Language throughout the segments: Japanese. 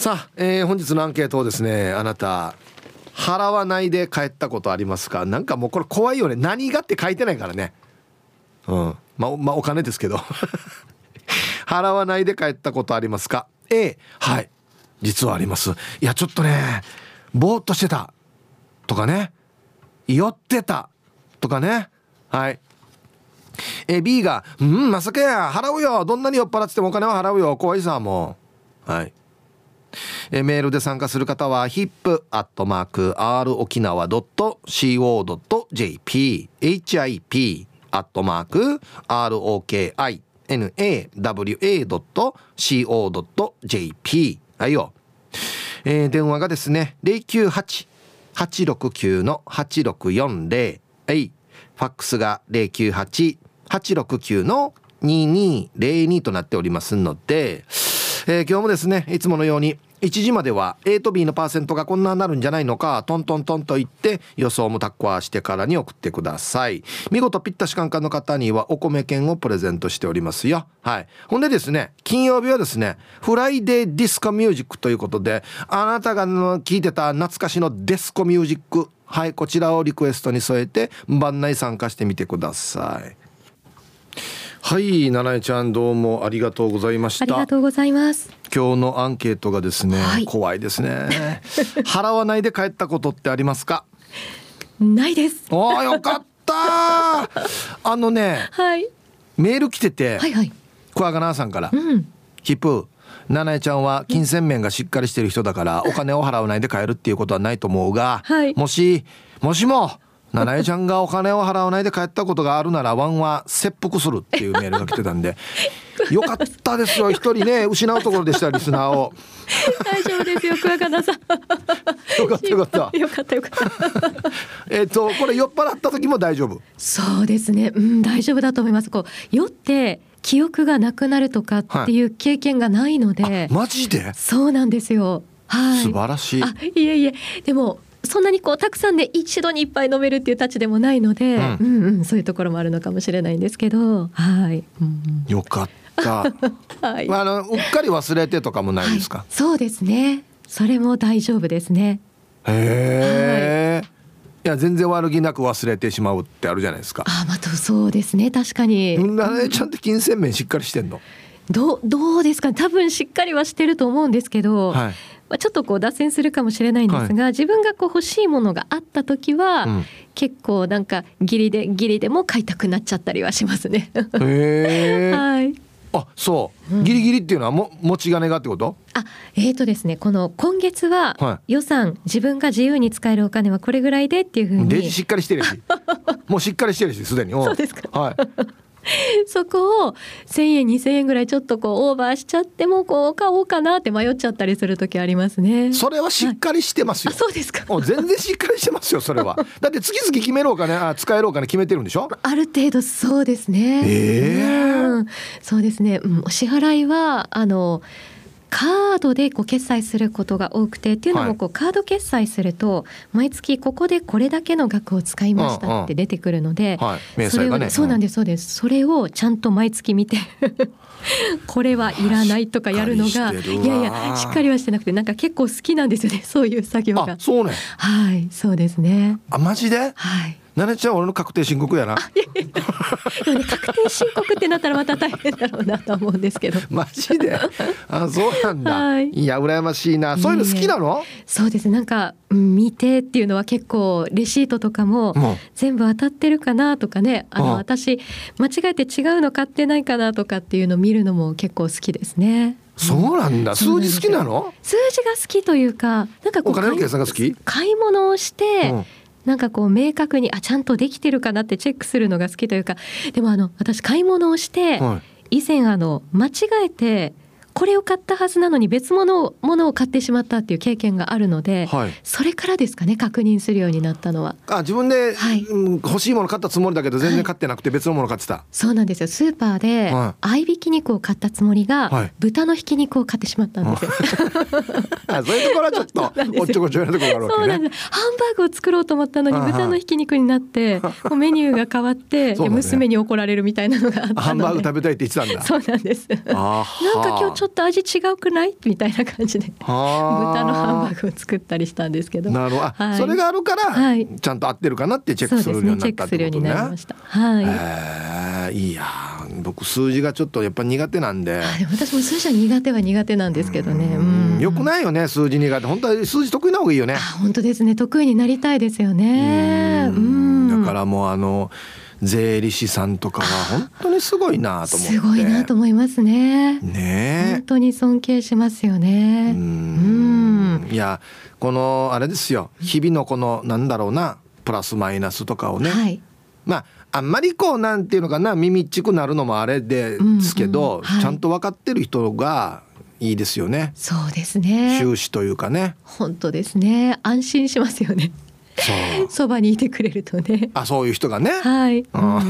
さあ、本日のアンケートをですね、あなた払わないで帰ったことありますか？なんかもうこれ怖いよね。何がって書いてないからね。まあお金ですけど払わないで帰ったことありますか？ A、 はい、実はあります。いやちょっとねぼーっとしてたとかね、酔ってたとかね。はい。B がまさかや、払うよ、どんなに酔っ払っててもお金は払うよ、怖いさもう。はい。メールで参加する方は hip@rokinawa.co.jp hip@rokinawa.co.jp はいよ。電話がですね 098-869-8640、 はい。ファックスが 098-869-2202 となっておりますので、今日もですねいつものように1時までは A と B のパーセントがこんなになるんじゃないのかトントントンと言って予想もタッコアしてからに送ってください。見事ピッタシカンカンの方にはお米券をプレゼントしておりますよ。はい。ほんでですね、金曜日はですねフライデーディスコミュージックということで、あなたが聞いてた懐かしのディスコミュージック、はい、こちらをリクエストに添えて番内参加してみてください。はい、ななえちゃんどうもありがとうございました。 ありがとうございます。 今日のアンケートがですね、 はい、 怖いですね払わないで帰ったことってありますか？ ないです。 おー、よかったね、 はい、 メール来てて、 はいはい、 クワガナーさんから、ヒップななえちゃんは金銭面がしっかりしてる人だからお金を払わないで帰るっていうことはないと思うが、 はい、 もしもななえちゃんがお金を払わないで帰ったことがあるならワンは切腹するっていうメールが来てたんでよかったですよ。一人ね失うところでした、リスナーを大丈夫ですよ、クワガナさんよかったよかったよかったよかったこれ酔っ払った時も大丈夫？ そうですね、大丈夫だと思います。こう酔って記憶がなくなるとかっていう経験がないので、はい、 マジで？ そうなんですよ、はい、 素晴らしい。 いえいえ、でもそんなにこうたくさんで一度にいっぱい飲めるっていうたちでもないので、そういうところもあるのかもしれないんですけど、はい、 よかったはい、うっかり忘れてとかもないですか？はい、 そうですね、それも大丈夫ですね。 へー、はい、いや全然悪気なく忘れてしまうってあるじゃないですか。 またそうですね、確かに。 ななえちゃんって金銭面しっかりしてんの？ どうですかね、多分しっかりはしてると思うんですけど、はい、ちょっとこう脱線するかもしれないんですが、はい、自分がこう欲しいものがあった時は、結構なんかギリでも買いたくなっちゃったりはしますね。 へー、 はい、 そう、ギリギリっていうのは持ち金がってこと？ ですね、この今月は予算、自分が自由に使えるお金はこれぐらいでっていうふうに、 デジしっかりしてるしもうしっかりしてるしすでに。 そうですか、 はいそこを1000円2000円ぐらいちょっとこうオーバーしちゃってもこう買おうかなって迷っちゃったりする時ありますね。 それはしっかりしてますよ。 そうですか。 全然しっかりしてますよそれは。だって月々決めるお金使えるお金決めてるんでしょ？ ある程度そうですね。そうですね、お支払いはカードでこう決済することが多くて、っていうのもこうカード決済すると毎月ここでこれだけの額を使いましたって出てくるので、 明細がね、 そうなんです、そうです。それをちゃんと毎月見てこれはいらないとかやるのが、いやしっかりはしてなくて、なんか結構好きなんですよね、そういう作業が。 そうね。 はい、そうですね。 マジで？ はい。 ななちゃん俺の確定申告やな。 でもね、確定申告ってなったらまた大変だろうなと思うんですけど。 マジで？そうなんだ。はい、いや羨ましいな。そういうの好きなの？ そうですね、なんか見てっていうのは結構レシートとかも全部当たってるかなとかね、私間違えて違うの買ってないかなとかっていうのを見るのも結構好きですね。 そうなんだ。数字好きなの？ 数字が好きというか、なんかこうお金の計算が好き？ 買い物をして、なんかこう明確にちゃんとできてるかなってチェックするのが好きというか。でも私買い物をして、以前間違えてこれを買ったはずなのに別物を買ってしまったっていう経験があるので、それからですかね、確認するようになったのは。 自分で、欲しいもの買ったつもりだけど全然買ってなくて別のもの買ってた。 そうなんですよ。スーパーで合いびき肉を買ったつもりが、豚のひき肉を買ってしまったんですよ。 そういうところはちょっとおっちょこちょいなところがあるわけね。 そうなんです。ハンバーグを作ろうと思ったのに豚のひき肉になってもうメニューが変わって娘に怒られるみたいなのがあったので。 ハンバーグ食べたいって言ってたんだ。 そうなんです。なんか今日ちちょっと味違うくないみたいな感じで豚のハンバーグを作ったりしたんですけど。 なるほど、 はい、 それがあるから、はい、ちゃんと合ってるかなってチェックするようになったってことね。 そうですね、チェックするようになりました。はい、 いや僕数字がちょっとやっぱ苦手なんで。 でも私も数字は苦手なんですけどね。 よくないよね、数字苦手。本当は数字得意な方がいいよね。 本当ですね、得意になりたいですよね。 だからもう税理士さんとかは本当にすごいなと思って。 すごいなと思いますね。 ね、 本当に尊敬しますよね。 いやこのあれですよ、日々のこのなんだろうなプラスマイナスとかをね、はい、まああんまりこうなんていうのかな耳っちくなるのもあれですけど、はい、ちゃんと分かってる人がいいですよね。 そうですね、 収支というかね。 本当ですね、安心しますよね。そばにいてくれるとね。 そういう人がね。 はい。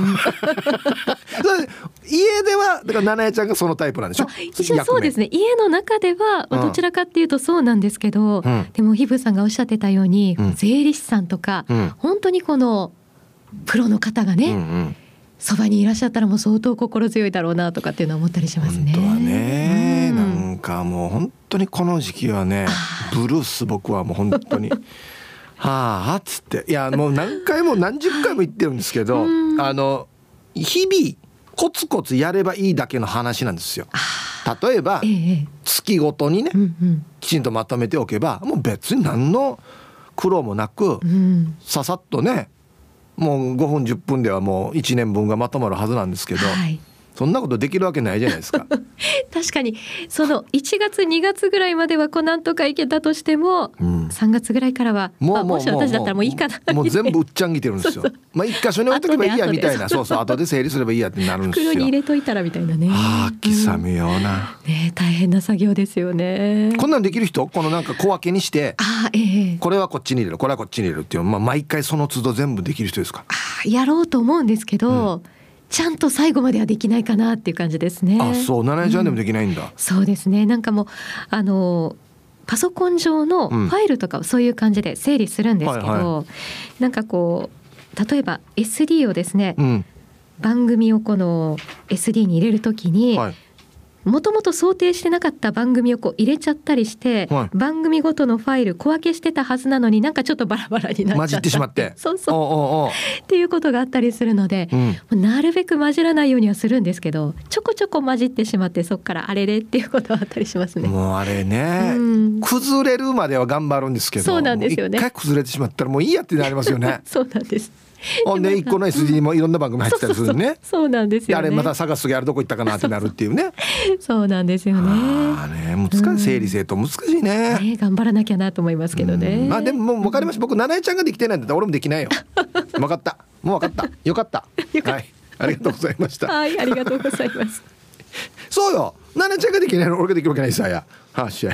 家ではだから七重ちゃんがそのタイプなんでしょ。 一応そうですね。家の中ではどちらかっていうとそうなんですけど、でもヒブさんがおっしゃってたように、税理士さんとか、本当にこのプロの方がね、そばにいらっしゃったらもう相当心強いだろうなとかっていうのは思ったりしますね。 本当はね、なんかもう本当にこの時期はね、ブルース僕はもう本当に。はあっつって、いやもう何回も何十回も言ってるんですけど、日々コツコツやればいいだけの話なんですよ。例えば、月ごとにね、きちんとまとめておけばもう別に何の苦労もなく、ささっとねもう5分10分ではもう1年分がまとまるはずなんですけど、そんなことできるわけないじゃないですか。 確かにその1月2月ぐらいまではこうなんとかいけたとしても、3月ぐらいからはもし私だったらもういいかな、 もう全部うっちゃんぎてるんですよ。一箇所に置いとけばいいやみたいな、そう後で整理すればいいやってなるんですよ。 袋に入れといたらみたいなね。 刻むような、 大変な作業ですよね。 こんなんできる人、このなんか小分けにして、これはこっちに入れる、これはこっちに入れるっていう、毎回その都度全部できる人ですか。 やろうと思うんですけど、ちゃんと最後まではできないかなっていう感じですね。 そう7時半でもできないんだ。 そうですね、なんかもうパソコン上のファイルとかをそういう感じで整理するんですけど、なんかこう例えば SD をですね、番組をこの SD に入れるときに、もともと想定してなかった番組をこう入れちゃったりして、番組ごとのファイル小分けしてたはずなのになんかちょっとバラバラになっちゃった、 混じってしまって、 っていうことがあったりするので、なるべく混じらないようにはするんですけど、ちょこちょこ混じってしまって、そっからあれれっていうことはあったりしますね。 もうあれね、崩れるまでは頑張るんですけど、 そうなんですよね。 一回崩れてしまったらもういいやってなりますよね。 そうなんです。 で1個の SD にもいろんな番組入ってたりするね。 そうなんですよね。 あれまた探すときあれどこ行ったかなってなるっていうね。 そうなんですよね。 難しい、整理整頓難しいね。 頑張らなきゃなと思いますけどね。 でももう分かりました。僕七重ちゃんができてないんだったら俺もできないよ。分かった、もう分かった、よかった。はい、ありがとうございました。 はい、ありがとうございます。 そうよ、七重ちゃんができないの俺ができるわけないさや。試合。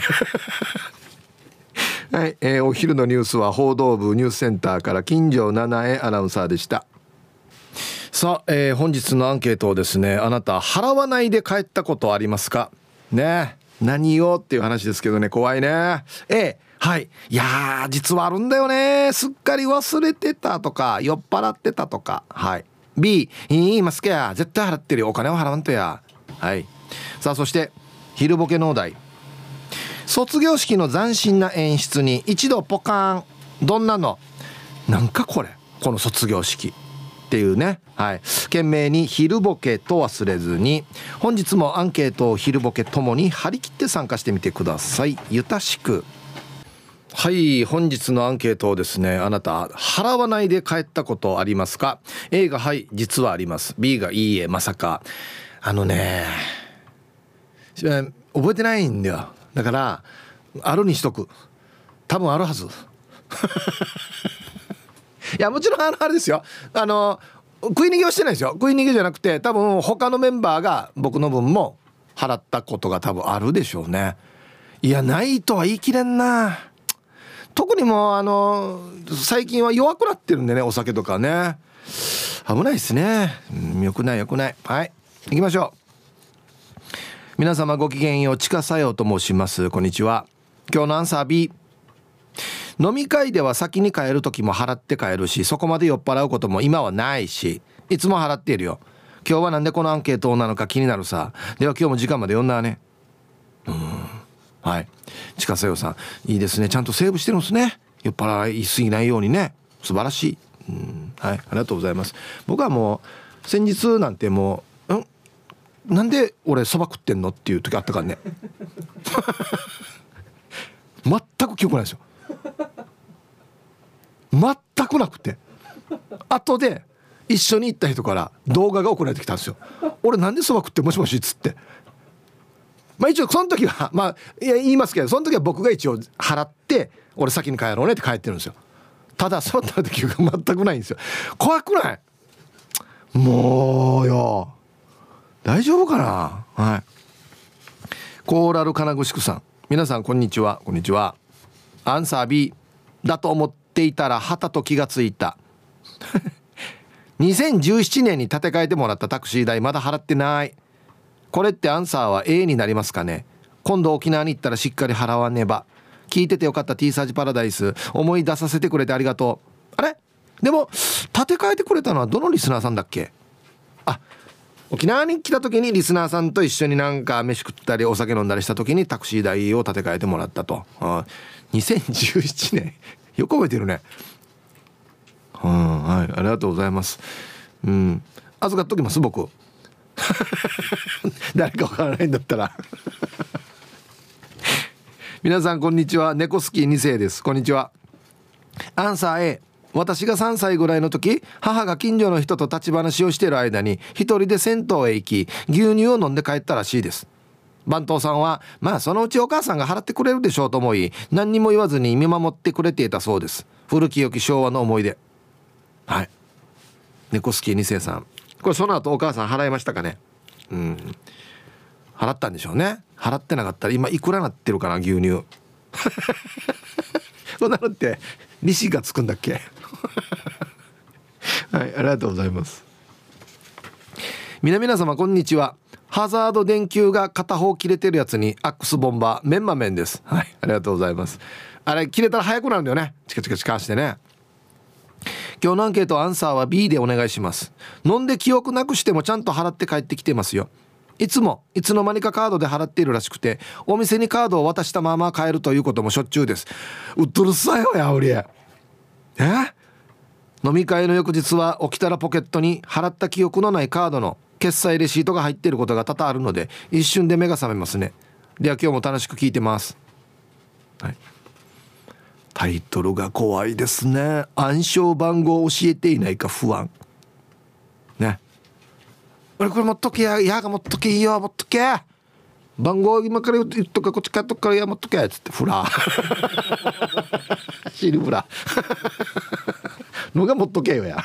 はい、お昼のニュースは報道部ニュースセンターから金城七重アナウンサーでした。さあ、本日のアンケートをですね、あなた払わないで帰ったことありますかね。何をっていう話ですけどね、怖いね。はい、いや実はあるんだよね。すっかり忘れてたとか酔っ払ってたとか。はい。 B 言いますかや、絶対払ってるよ、お金は払わんとや。はい。さあそして昼ボケのお題、卒業式の斬新な演出に一度ポカーン。どんなの？なんかこの卒業式っていうね。はい。懸命に昼ボケと忘れずに、本日もアンケートを昼ボケともに張り切って参加してみてください。ゆたしく。はい、本日のアンケートをですね、あなた払わないで帰ったことありますか？ A がはい、実はあります。 B がいいえ、まさか。覚えてないんだよ。だからあるにしとく。多分あるはず。いやもちろんあれですよ、食い逃げはしてないですよ。食い逃げじゃなくて、多分他のメンバーが僕の分も払ったことが多分あるでしょうね。いやないとは言い切れんな。特にもう最近は弱くなってるんでね、お酒とかね。危ないですね。よくない。はい、行きましょう。皆様ごきげんよう、ちかさようと申します。こんにちは。今日のアンサー B。 飲み会では先に帰る時も払って帰るし、そこまで酔っ払うことも今はないし、いつも払っているよ。今日はなんでこのアンケートなのか気になるさ。では今日も時間まで読んだね。 はい、近瀬よさんいいですね、ちゃんとセーブしてるんですね。酔っ払いすぎないようにね、素晴らしい。はい、ありがとうございます。僕はもう先日なんてもうなんで俺そば食ってんのっていう時あったからね全く記憶ないですよ、全くなくて、後で一緒に行った人から動画が送られてきたんですよ。俺なんでそば食ってもしもしっつって、まあ一応その時はまあ言いますけど、その時は僕が一応払って俺先に帰ろうねって帰ってるんですよ。ただその時が全くないんですよ。怖くない？もうよ大丈夫かな。はい、コーラル金具宿さん、皆さんこんにちは。こんにちは。アンサー B だと思っていたらはたと気がついた2017年に建て替えてもらったタクシー代まだ払ってない。これってアンサーは A になりますかね。今度沖縄に行ったらしっかり払わねば。聞いててよかった T サージパラダイス、思い出させてくれてありがとう。あれでも建て替えてくれたのはどのリスナーさんだっけ。あ、沖縄に来た時にリスナーさんと一緒になんか飯食ったりお酒飲んだりした時にタクシー代を建て替えてもらったと。2017年よく覚えてるね。はい、ありがとうございます。預かっときます僕誰かわからないんだったら皆さんこんにちは。猫スキー2世です。こんにちは。アンサー A、 私が3歳ぐらいの時、母が近所の人と立ち話をしている間に一人で銭湯へ行き牛乳を飲んで帰ったらしいです。番頭さんはまあそのうちお母さんが払ってくれるでしょうと思い何にも言わずに見守ってくれていたそうです。古き良き昭和の思い出。はい、猫スキー2世さん、これその後お母さん払いましたかね。払ったんでしょうね。払ってなかったら今いくらなってるかな牛乳こんなのって利子がつくんだっけはい、ありがとうございます。皆様こんにちは。ハザード電球が片方切れてるやつにアックスボンバーメンマメンです。はい、ありがとうございます。あれ切れたら早くなるんだよね、チカチカチカしてね。今日のアンケートアンサーは B でお願いします。飲んで記憶なくしてもちゃんと払って帰ってきてますよ。いつもいつの間にかカードで払っているらしくて、お店にカードを渡したまま帰るということもしょっちゅうです。うっとるさいよやおり。飲み会の翌日は起きたらポケットに払った記憶のないカードの決済レシートが入っていることが多々あるので一瞬で目が覚めますね。では今日も楽しく聞いてます。はい、タイトルが怖いですね。暗証番号教えていないか不安ね。俺これ持っとけや、やが持っとけいいよ、持っとけ番号今から言っとかこっち帰っとくからや持っとけっつってフラシルフラのが持っとけよや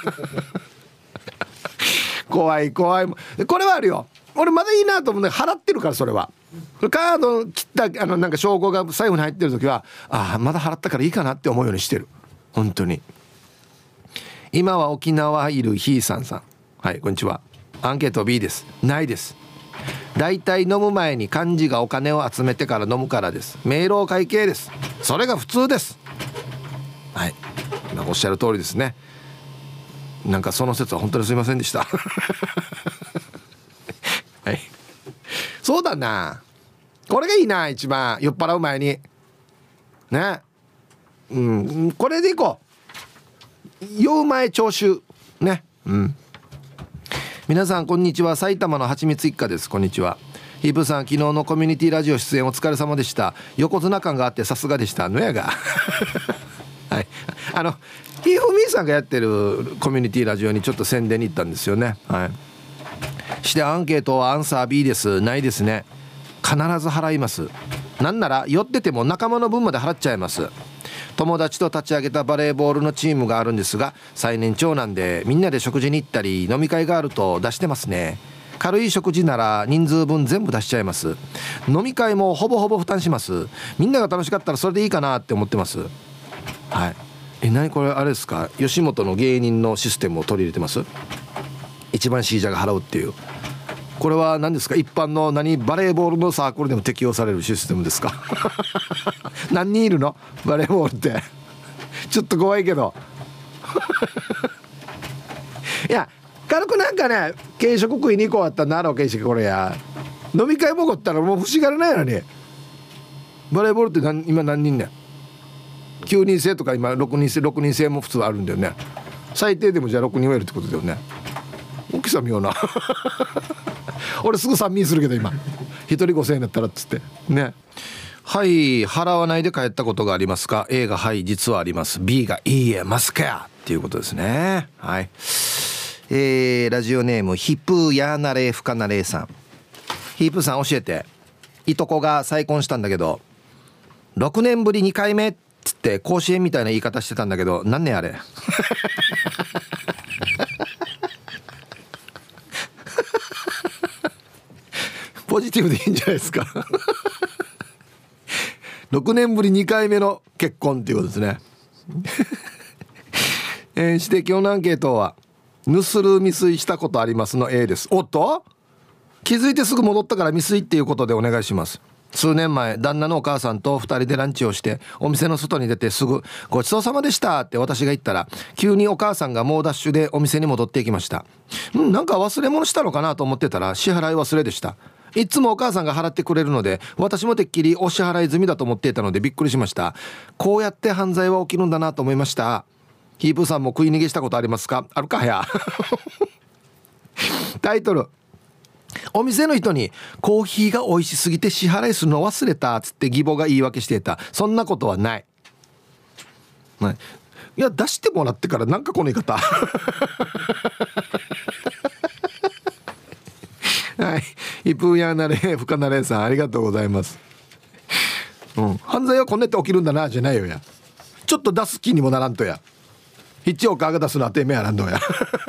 怖い怖い。これはあるよ、俺まだいいなと思うんだけど払ってるから。それはカード切ったなんか証拠が財布に入ってる時はまだ払ったからいいかなって思うようにしてる。本当に。今は沖縄いるひーさんさん、はいこんにちは。アンケート B です。ないです。だいたい飲む前に幹事がお金を集めてから飲むからです。明朗会計です。それが普通です。はい、おっしゃる通りですね。なんかその説は本当にすいませんでしたはい、そうだな、これがいいな、一番酔っ払う前にね。これでいこう、酔う前徴収ね。皆さんこんにちは。埼玉のはちみつ一家です。こんにちは。ヒープさん、昨日のコミュニティラジオ出演お疲れ様でした。横綱感があってさすがでした。のやがはい、ひーふみーさんがやってるコミュニティラジオにちょっと宣伝に行ったんですよね。はい、してアンケートはアンサー B です。ないですね。必ず払います。なんなら酔ってても仲間の分まで払っちゃいます。友達と立ち上げたバレーボールのチームがあるんですが、最年長なんでみんなで食事に行ったり飲み会があると出してますね。軽い食事なら人数分全部出しちゃいます。飲み会もほぼほぼ負担します。みんなが楽しかったらそれでいいかなって思ってます。はい、何これあれですか、吉本の芸人のシステムを取り入れてます。一番シージャが払うっていう。これは何ですか、一般のバレーボールのサークルでも適用されるシステムですか何人いるのバレーボールってちょっと怖いけどいや軽くなんかね軽食食いに行こうやったらなるわけしこれや飲み会もこったらもう欲しがらないのに。バレーボールって今何人ね、9人制とか今6人制、6人制も普通あるんだよね。最低でもじゃあ6人はいるってことだよね。大きさ見ような俺すぐ3人するけど今1人5000円だったらっつってね。はい、払わないで帰ったことがありますか。 A がはい実はあります、 B がいいえますかやっていうことですね。はい、ラジオネームヒップヤーナレーフカナレーさん。ヒープさん教えて。いとこが再婚したんだけど6年ぶり2回目っつって甲子園みたいな言い方してたんだけど何年あれポジティブでいいんじゃないですか6年ぶり2回目の結婚っていうことですねして今日のアンケートはぬする未遂したことありますの A です。おっと、気づいてすぐ戻ったから未遂っていうことでお願いします。数年前旦那のお母さんと2人でランチをしてお店の外に出てすぐごちそうさまでしたって私が言ったら急にお母さんが猛ダッシュでお店に戻っていきました。なんか忘れ物したのかなと思ってたら支払い忘れでした。いつもお母さんが払ってくれるので私もてっきりお支払い済みだと思っていたのでびっくりしました。こうやって犯罪は起きるんだなと思いました。ヒープさんも食い逃げしたことありますか。あるかやタイトル、お店の人にコーヒーが美味しすぎて支払いするの忘れたっつって義母が言い訳していた。そんなことはない、はい、いや出してもらってからなんかこの言い方はい、イプーヤーナレーフカナレーさんありがとうございます。犯罪はこんねって起きるんだなじゃないよや。ちょっと出す気にもならんとや。一応が出すのあてめやなんどや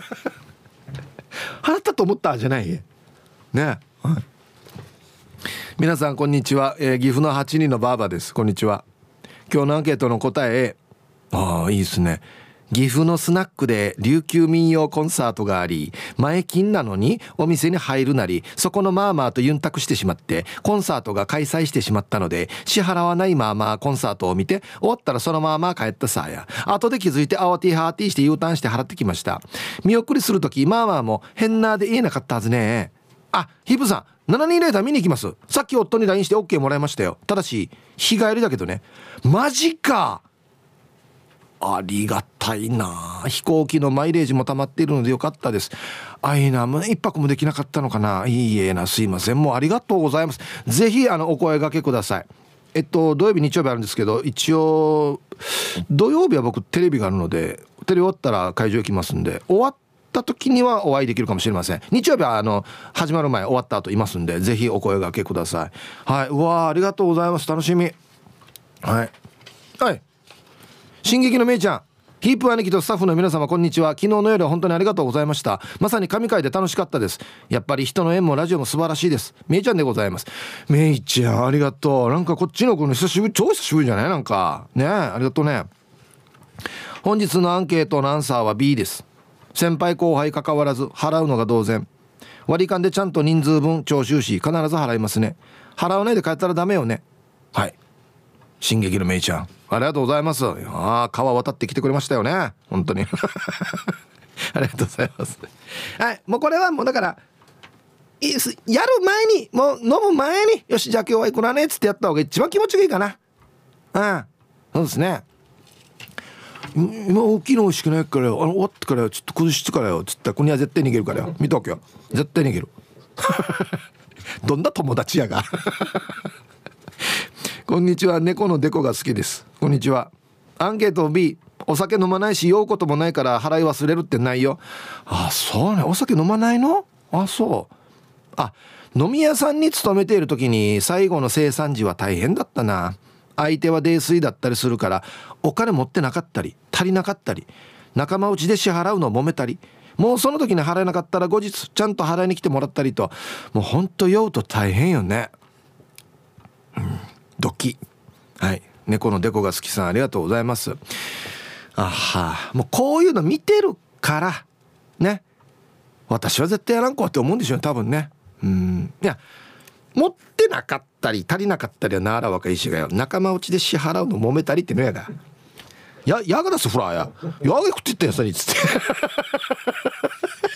払ったと思ったじゃないね、はい、皆さんこんにちは、岐阜の8人のバーバです。こんにちは。今日のアンケートの答え、いいですね。岐阜のスナックで琉球民謡コンサートがあり前金なのにお店に入るなりそこのマーマーとユンタクしてしまってコンサートが開催してしまったので支払わないままコンサートを見て終わったらそのまま帰ったさや。後で気づいて慌てハーティーして U ターンして払ってきました。見送りするときマーマーも変なで言えなかったはずね。ヒープさん7人レーター見に行きます。さっき夫に LINE して OK もらいましたよ。ただし日帰りだけどね。マジか、ありがたいな。飛行機のマイレージも溜まっているのでよかったです。いいな、一泊もできなかったのかな。いいえな、すいません。もうありがとうございます。ぜひお声掛けください。土曜日日曜日あるんですけど一応土曜日は僕テレビがあるのでテレビ終わったら会場行きますんで終わった時にはお会いできるかもしれません。日曜日は始まる前終わった後いますんでぜひお声掛けください。はい、うわありがとうございます。楽しみ。はいはい、進撃のめいちゃん、ヒープ兄貴とスタッフの皆様こんにちは。昨日の夜は本当にありがとうございました。まさに神回で楽しかったです。やっぱり人の縁もラジオも素晴らしいです。めいちゃんでございます。めいちゃんありがとう。なんかこっちの子の超久しぶりじゃない。なんかね、ありがとうね。本日のアンケートのアンサーは B です。先輩後輩関わらず払うのが同然。割り勘でちゃんと人数分徴収し必ず払いますね。払わないで帰ったらダメよね。はい、進撃のめいちゃんありがとうございます。川渡ってきてくれましたよね本当にありがとうございます。はい、もうこれはもうだからやる前にもう飲む前によしじゃあ今日はいくらねっつってやった方が一番気持ちがいいかな。そうですね。今大きいの美味しくないからよ、終わってからよちょっと崩してからよつったらここには絶対逃げるからよ。見とけよ絶対逃げるどんな友達やがこんにちは、猫のデコが好きです。こんにちは。アンケート B、 お酒飲まないし酔うこともないから払い忘れるってないよ。そうね、お酒飲まないの。飲み屋さんに勤めている時に最後の生産時は大変だったな。相手は泥酔だったりするからお金持ってなかったり足りなかったり仲間内で支払うのを揉めたり、もうその時に払えなかったら後日ちゃんと払いに来てもらったりと、もうほんと酔うと大変よね。ドキ。はい、猫のデコが好きさんありがとうございます。もうこういうの見てるからね、私は絶対やらんこって思うんでしょうね多分ね。いや持ってなかったり足りなかったりはなら若いしがよ、仲間内で支払うの揉めたりってのやがやが出すフラーやが食って言ったやつにつって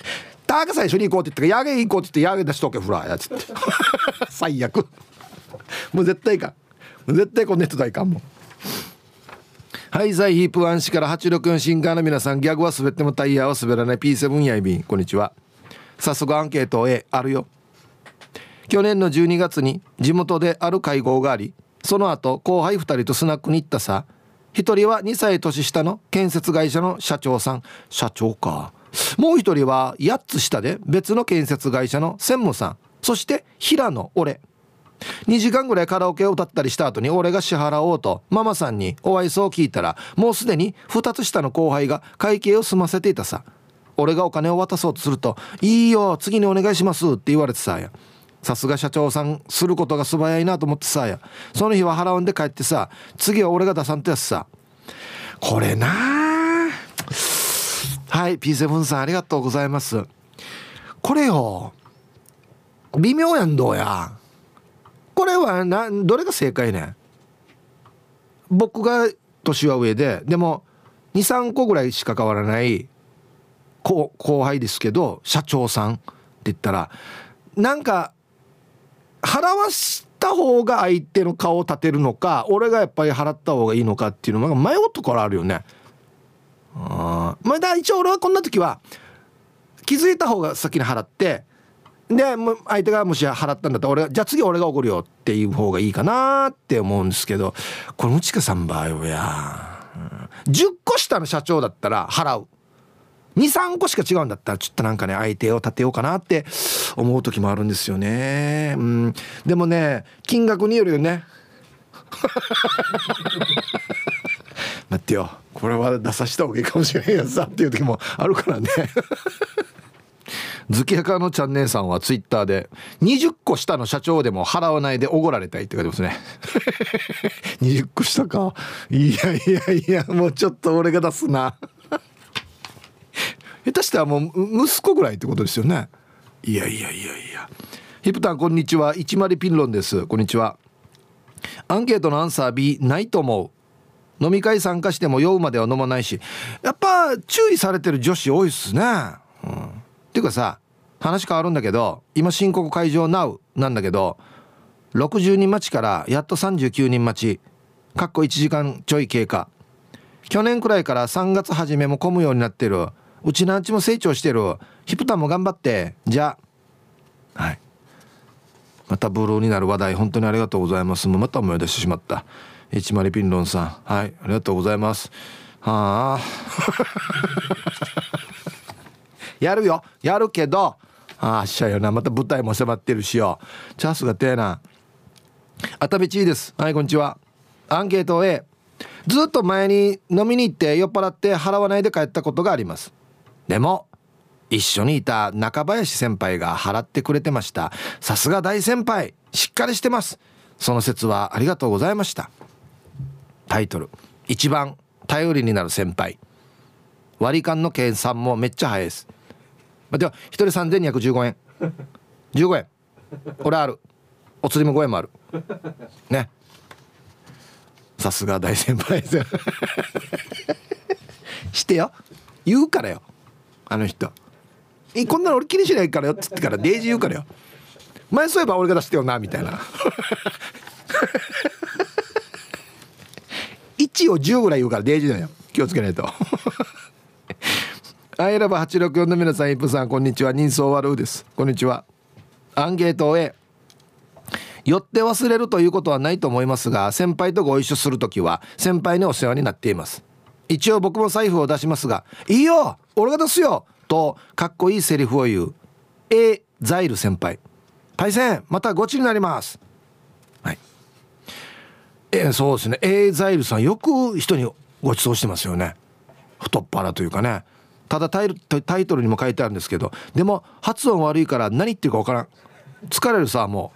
タカ最初に行こうって言ってからヤゲ行こうって言ってヤゲ出しとけフラーやつって最悪もう絶対かもう絶対このネット大かんもん。ハイザイヒープワン氏から864シンカーの皆さん、ギャグは滑ってもタイヤは滑らない P7 やいびん、こんにちは。早速アンケート A あるよ。去年の12月に地元である会合があり、その後後輩2人とスナックに行ったさ。1人は2歳年下の建設会社の社長さん、社長か。もう1人は8つ下で別の建設会社の専務さん、そして平野俺。2時間ぐらいカラオケを歌ったりした後に俺が支払おうとママさんにお愛想を聞いたら、もうすでに2つ下の後輩が会計を済ませていたさ。俺がお金を渡そうとすると、いいよ次にお願いしますって言われてさや。さすが社長さん、することが素早いなと思ってさや。その日は払うんで帰ってさ、次は俺が出さんとやつさ。これなあ、はい、 P7 さんありがとうございます。これよ微妙やん。どうやこれはどれが正解ね。僕が年は上で、でも 2,3 個ぐらいしか変わらない後輩ですけど社長さんって言ったら、なんか払わした方が相手の顔を立てるのか、俺がやっぱり払った方がいいのかっていうのが迷うところあるよね。まあだ一応俺はこんな時は気づいた方が先に払って、で相手がもし払ったんだったらじゃあ次俺が怒るよっていう方がいいかなって思うんですけど、これムチカさん場合はや、10個下の社長だったら払う。2、3個しか違うんだったらちょっとなんかね相手を立てようかなって思う時もあるんですよね。でもね金額によるよね待ってよ、これは出させた方がいいかもしれないやつだっていう時もあるからね月やかのチャンネルさんはツイッターで20個下の社長でも払わないでおごられたいって書いてますね20個下か。いやもうちょっと俺が出すな下手したらもう息子ぐらいってことですよね。いやヒプタンこんにちは、10ピンロンです。こんにちは。アンケートのアンサー B ないと思う。飲み会参加しても酔うまでは飲まないし、やっぱ注意されてる女子多いっすね。っていうかさ、話変わるんだけど、今申告会場 NOW なんだけど、60人待ちからやっと39人待ち、かっこ1時間ちょい経過。去年くらいから3月初めも混むようになってる。うちなんちも成長してる。ヒプタンも頑張って。じゃあ、はい、またブルーになる話題本当にありがとうございます。もうまた思い出してしまった。10ピンロンさん、はい、ありがとうございます。はあやるよ、やるけど、あっしゃよな、また舞台も迫ってるしよ。チャンスがてえな。あたべちいです。はい、こんにちは。アンケート A、 ずっと前に飲みに行って酔っ払って払わないで帰ったことがあります。でも一緒にいた中林先輩が払ってくれてました。さすが大先輩、しっかりしてます。その説はありがとうございました。タイトル、一番頼りになる先輩。割り勘の計算もめっちゃ早いです。待ってよ、1人3215円15円俺ある。お釣りも5円もあるね。さすが大先輩ですよしてよ、言うからよ、あの人。こんなの俺気にしないからよっつってからデイジー言うからよ。前そういえば俺が出してよなみたいな1を10ぐらい言うからデイジーだよ、気をつけないとアイラブ864の皆さん、イップさんこんにちは。人相悪うです。こんにちは。アンケート A、 寄って忘れるということはないと思いますが、先輩とご一緒するときは先輩にお世話になっています。一応僕も財布を出しますが、いいよ俺が出すよとかっこいいセリフを言う A ザイル先輩。パイセンまたごちになります。はい、そうですね。 A ザイルさんよく人にご馳走してますよね。太っ腹というかね。ただタイトルにも書いてあるんですけど、でも発音悪いから何言ってるか分からん。疲れるさ、も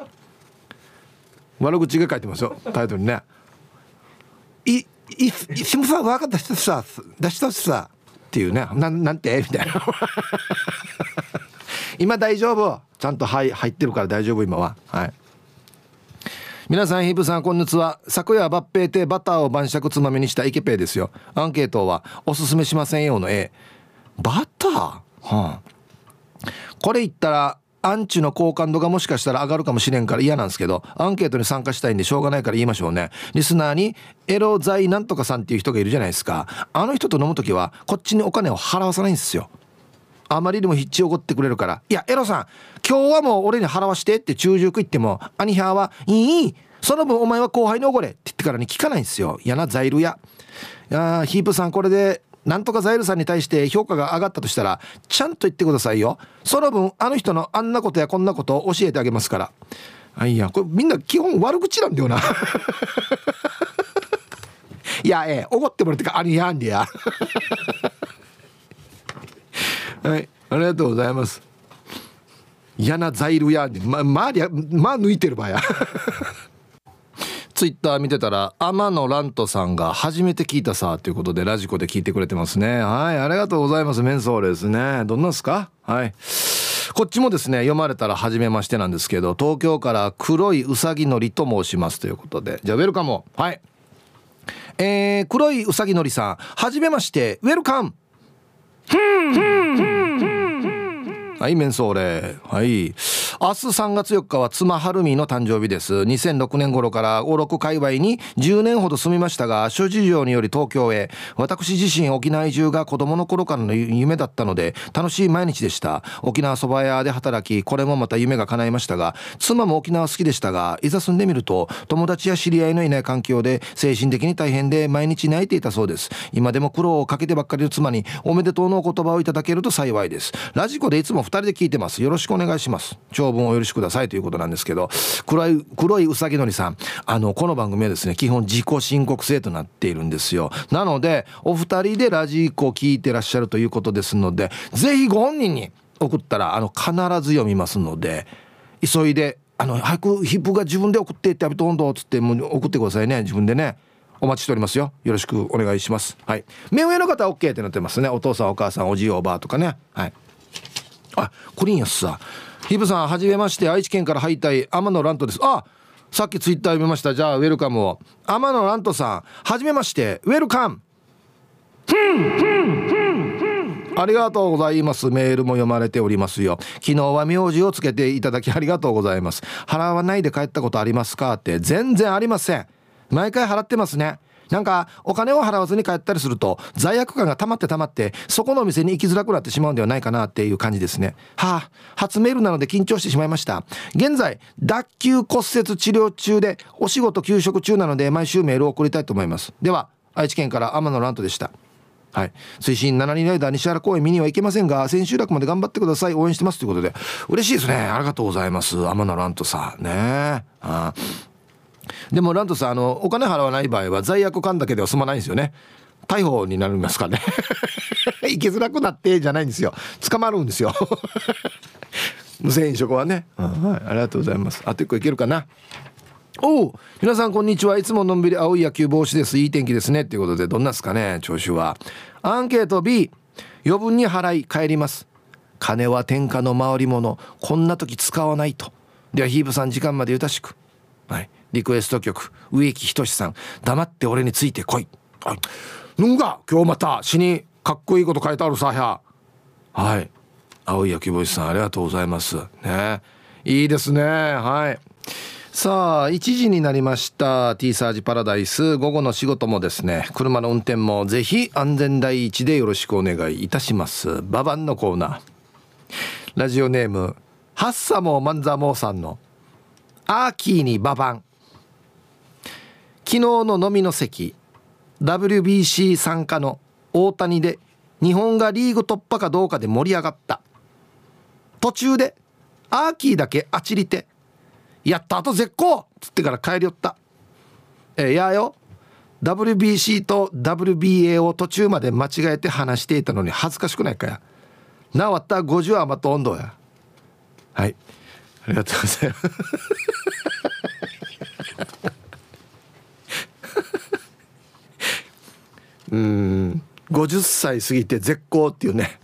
う悪口が書いてますよタイトルにね。いもさ分かった人さ出したさっていうね、なんてみたいな今大丈夫、ちゃんと入ってるから大丈夫今は。はい、皆さんヒブさんこんにちは。昨夜抜兵てバターを晩酌つまみにしたイケペイですよ。アンケートはおすすめしませんよの A。 バター、 これ言ったらアンチの好感度がもしかしたら上がるかもしれんから嫌なんですけど、アンケートに参加したいんでしょうがないから言いましょうね。リスナーにエロザイなんとかさんっていう人がいるじゃないですか。あの人と飲むときはこっちにお金を払わさないんですよ。あまりにもヒッチおごってくれるから、いやエロさん今日はもう俺に払わしてって中熟言っても、アニヒャーはいい、その分お前は後輩におごれって言ってからに聞かないんですよ。嫌なザイルや。いやヒープさん、これでなんとかザイルさんに対して評価が上がったとしたらちゃんと言ってくださいよ。その分あの人のあんなことやこんなことを教えてあげますから。あ、いやこれみんな基本悪口なんだよな。いやおごってもらってかアニヒャーんでや。はい、ありがとうございます。嫌なザイルやん、抜いてる場合や。ツイッター見てたら天野ラントさんが初めて聞いたさということでラジコで聞いてくれてますね。はい、ありがとうございます。メンソーレですね。どんなんすか。はい、こっちもですね読まれたら初めましてなんですけど、東京から黒いうさぎのりと申しますということで、じゃあウェルカム。はい、黒いうさぎのりさん、初めまして、ウェルカム。はい、メンソーレ。はい、明日3月4日は妻はるみの誕生日です。2006年頃から五六界隈に10年ほど住みましたが、諸事情により東京へ。私自身沖縄移住が子供の頃からの夢だったので楽しい毎日でした。沖縄そば屋で働き、これもまた夢が叶いましたが、妻も沖縄好きでしたが、いざ住んでみると友達や知り合いのいない環境で精神的に大変で毎日泣いていたそうです。今でも苦労をかけてばっかりの妻におめでとうのお言葉をいただけると幸いです。ラジコでいつも2人で聞いてます。よろしくお願いします。長文をお許しくださいということなんですけど、黒いうさぎのりさん、この番組はですね基本自己申告制となっているんですよ。なのでお二人でラジコ聞いてらっしゃるということですので、ぜひご本人に送ったら必ず読みますので、急いで早くヒップが自分で送ってってアビト温度つってもう送ってくださいね。自分でね、お待ちしておりますよ。よろしくお願いします。はい、目上の方は OK ってなってますね。お父さんお母さんおじいおばあとかね。はい、あ、コリンやすさ、ヒブさんはじめまして、愛知県から入隊天野ラントです。あ、さっきツイッター読みました。じゃあウェルカムを。天野ラントさん、はじめまして、ウェルカム。ありがとうございます。メールも読まれておりますよ。昨日は名字をつけていただきありがとうございます。払わないで帰ったことありますかって、全然ありません。毎回払ってますね。なんかお金を払わずに帰ったりすると罪悪感が溜まってそこのお店に行きづらくなってしまうんではないかなっていう感じですね。初メールなので緊張してしまいました。現在脱臼骨折治療中でお仕事休職中なので毎週メールを送りたいと思います。では、愛知県から天野ラントでした。はい、推進7人ライダー西原公園見には行けませんが千秋楽まで頑張ってください、応援してますということで、嬉しいですね。ありがとうございます。天野ラントさんね。でもラントさんお金払わない場合は罪悪感だけでは済まないんですよね。逮捕になりますからね。行きづらくなってじゃないんですよ、捕まるんですよ。無銭飲食はね、はい、ありがとうございます。あと1個いけるかな。皆さんこんにちは。いつものんびり青い野球帽子です。いい天気ですねということで、どんなですかね調子は。アンケート B、 余分に払い帰ります。金は天下の回り物、こんな時使わないと。ではヒーブさん時間までゆたしく。はい、リクエスト曲植木仁さん、黙って俺についてこい。はい、ぬんが今日また詩にかっこいいこと書いてあるさや。はい、青い野球帽子さんありがとうございますね。いいですね。はい、さあ1時になりました。 T サージパラダイス、午後の仕事もですね、車の運転もぜひ安全第一でよろしくお願いいたします。ババンのコーナー。ラジオネームハッサモーマンザモーさんのアーキーにババン。昨日の飲みの席、 WBC 参加の大谷で日本がリーグ突破かどうかで盛り上がった。途中でアーキーだけあちりて、やった後絶好つってから帰りよった。やよ WBC と WBA を途中まで間違えて話していたのに恥ずかしくないかやな。わった50余と温度や。はい、ありがとうございます。50歳過ぎて絶好っていうね。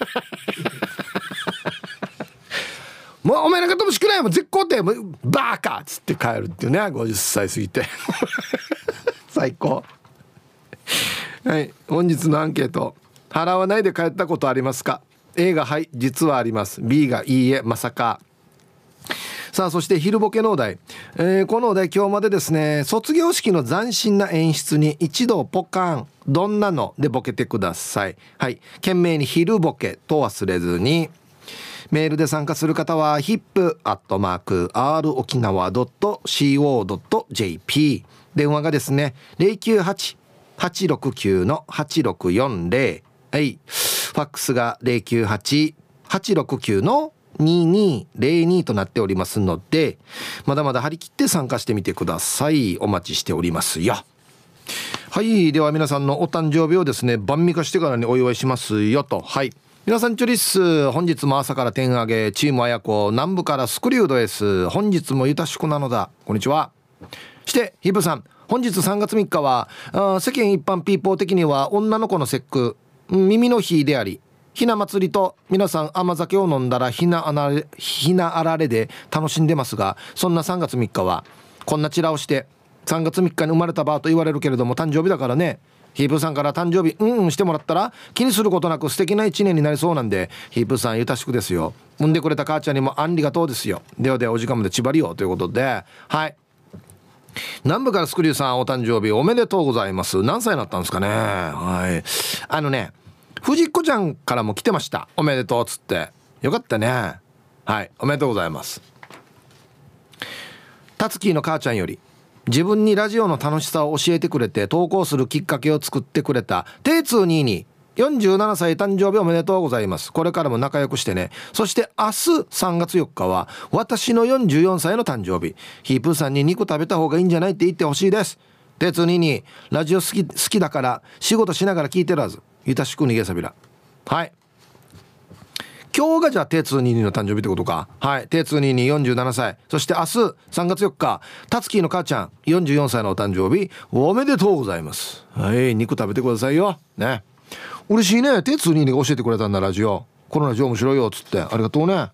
もうお前なんかともしくないもん絶好ってバーカっつって帰るっていうね、50歳過ぎて。最高。はい、本日のアンケート、払わないで帰ったことありますか。 A がはい実はあります、 B がいいえまさか。さあそして昼ボケのお題、このお題今日までですね、卒業式の斬新な演出に一度ポカンどんなのでボケてください。はい、懸命に昼ボケと忘れずに。メールで参加する方は hip@rokinawa.co.jp、 電話がですね 098-869-8640、 はい、ファックスが 098-869-2202となっておりますので、まだまだ張り切って参加してみてください。お待ちしておりますよ。はい、では皆さんのお誕生日をですね晩御飯してからにお祝いしますよと。はい、皆さんチョリッス、本日も朝から天上げ、チームあやこ南部からスクリュードです。本日もゆたしくなのだ、こんにちは。してヒブさん、本日3月3日は世間一般ピーポー的には女の子の節句耳の日であり、ひな祭りと皆さん甘酒を飲んだらひなあられで楽しんでますが、そんな3月3日はこんなチラをして、3月3日に生まれたばと言われるけれども誕生日だからね、ヒープさんから誕生日してもらったら気にすることなく素敵な一年になりそうなんで、ヒープさんゆたしくですよ。産んでくれた母ちゃんにもあんりがとうですよ。ではではお時間までちばりよということで、はい、南部からスクリューさんお誕生日おめでとうございます。何歳になったんですかね。はい、藤子ちゃんからも来てました、おめでとうっつって。よかったね。はい、おめでとうございます。タツキーの母ちゃんより、自分にラジオの楽しさを教えてくれて投稿するきっかけを作ってくれたテイツーニーに47歳誕生日おめでとうございます。これからも仲良くしてね。そして明日3月4日は私の44歳の誕生日。ヒープーさんに肉食べた方がいいんじゃないって言ってほしいです。テイツーニーにラジオ好きだから仕事しながら聞いてるはず。ゆたしく逃げさびら。はい、今日がじゃあテイツーニーの誕生日ってことか。はい、テイツーニーに47歳。そして明日3月4日タツキーの母ちゃん44歳のお誕生日おめでとうございます。はい、肉食べてくださいよね。嬉しいね、テイツーニーが教えてくれたんだラジオ。このラジオ面白いよっつって、ありがとうね。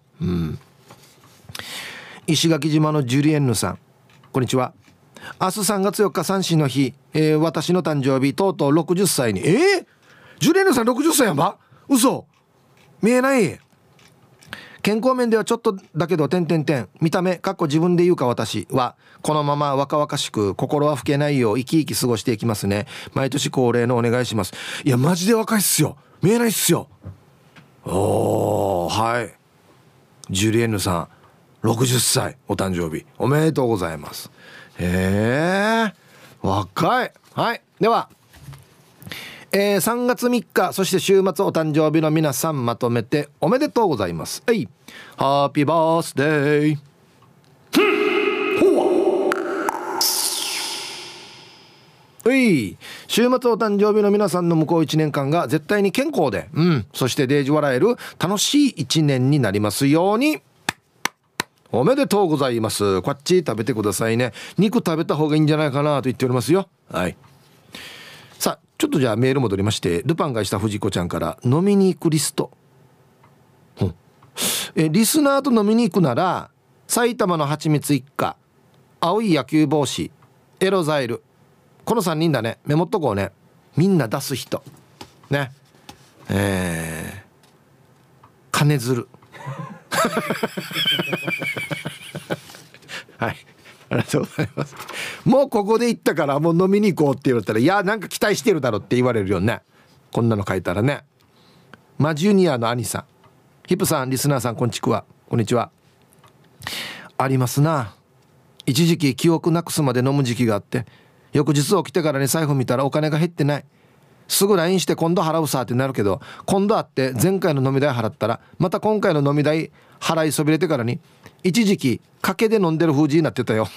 石垣島のジュリエンヌさん、こんにちは。明日3月4日三子の日、私の誕生日とうとう60歳に。ジュリエンヌさん60歳やんば。嘘、見えない。健康面ではちょっとだけど見た目自分で言うか私はこのまま若々しく心は老けないよう生き生き過ごしていきますね。毎年恒例のお願いします。いやマジで若いっすよ、見えないっすよ。はい、ジュリエンヌさん60歳お誕生日おめでとうございます。若い。はい、では3月3日そして週末お誕生日の皆さんまとめておめでとうございます。ハッピーバースデー。週末お誕生日の皆さんの向こう1年間が絶対に健康で、そしてデージ笑える楽しい1年になりますように。おめでとうございます。こっち食べてくださいね。肉食べた方がいいんじゃないかなと言っておりますよ。はい、さあちょっとじゃあメール戻りまして、ルパンがした藤子ちゃんから飲みに行くリスト。リスナーと飲みに行くなら埼玉のはちみつ一家、青い野球帽子、エロザイル、この3人だね。メモっとこうね。みんな出す人ね。金づるはい、ありがとうございます。もうここで行ったからもう飲みに行こうって言われたら、いやなんか期待してるだろって言われるよね。こんなの書いたらね。マジュニアの兄さん、ヒップさん、リスナーさん、こんちくわ、こんにちは。ありますな。一時期記憶なくすまで飲む時期があって、翌日起きてからに財布見たらお金が減ってない。すぐ LINE して今度払うさってなるけど、今度会って前回の飲み代払ったらまた今回の飲み代払いそびれてからに、一時期賭けで飲んでる風になってたよ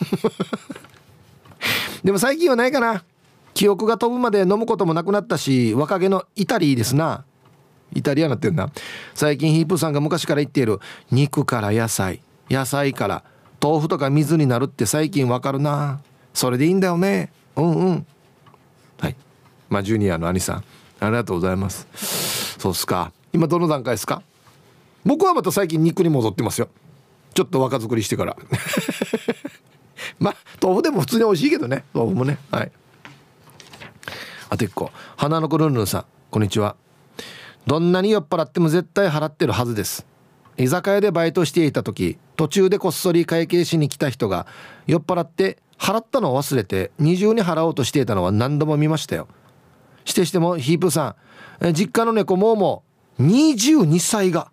でも最近はないかな。記憶が飛ぶまで飲むこともなくなったし、若気のイタリーですな。イタリアになってんな。最近ヒープさんが昔から言っている肉から野菜、野菜から豆腐とか水になるって最近わかるな。それでいいんだよね。はい、ジュニアの兄さんありがとうございます。そうっすか。今どの段階ですか。僕はまた最近肉に戻ってますよ。ちょっと若作りしてから豆腐でも普通に美味しいけどね、豆腐もね。はい、あと1個、花の子ルンルンさん、こんにちは。 どんなに酔っ払っても絶対払ってるはずです。居酒屋でバイトしていた時、途中でこっそり会計しに来た人が酔っ払って払ったのを忘れて二重に払おうとしていたのは何度も見ましたよ。してもヒープさん、実家の猫も22歳が